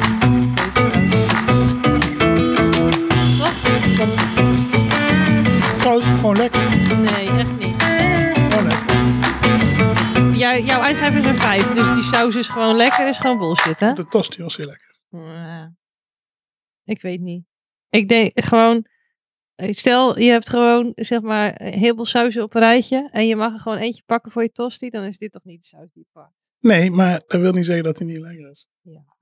Toch? Saus is gewoon lekker. Nee, echt niet. Jou, jouw eindcijfer is een vijf, dus die saus is gewoon lekker, is gewoon bullshit, hè? De tosti was heel lekker. Uh, ik weet niet. Ik denk gewoon, stel je hebt gewoon, zeg maar, heel veel sauzen op een rijtje en je mag er gewoon eentje pakken voor je tosti, dan is dit toch niet de saus die je pakt? Nee, maar dat wil niet zeggen dat hij niet lekker is. Ja.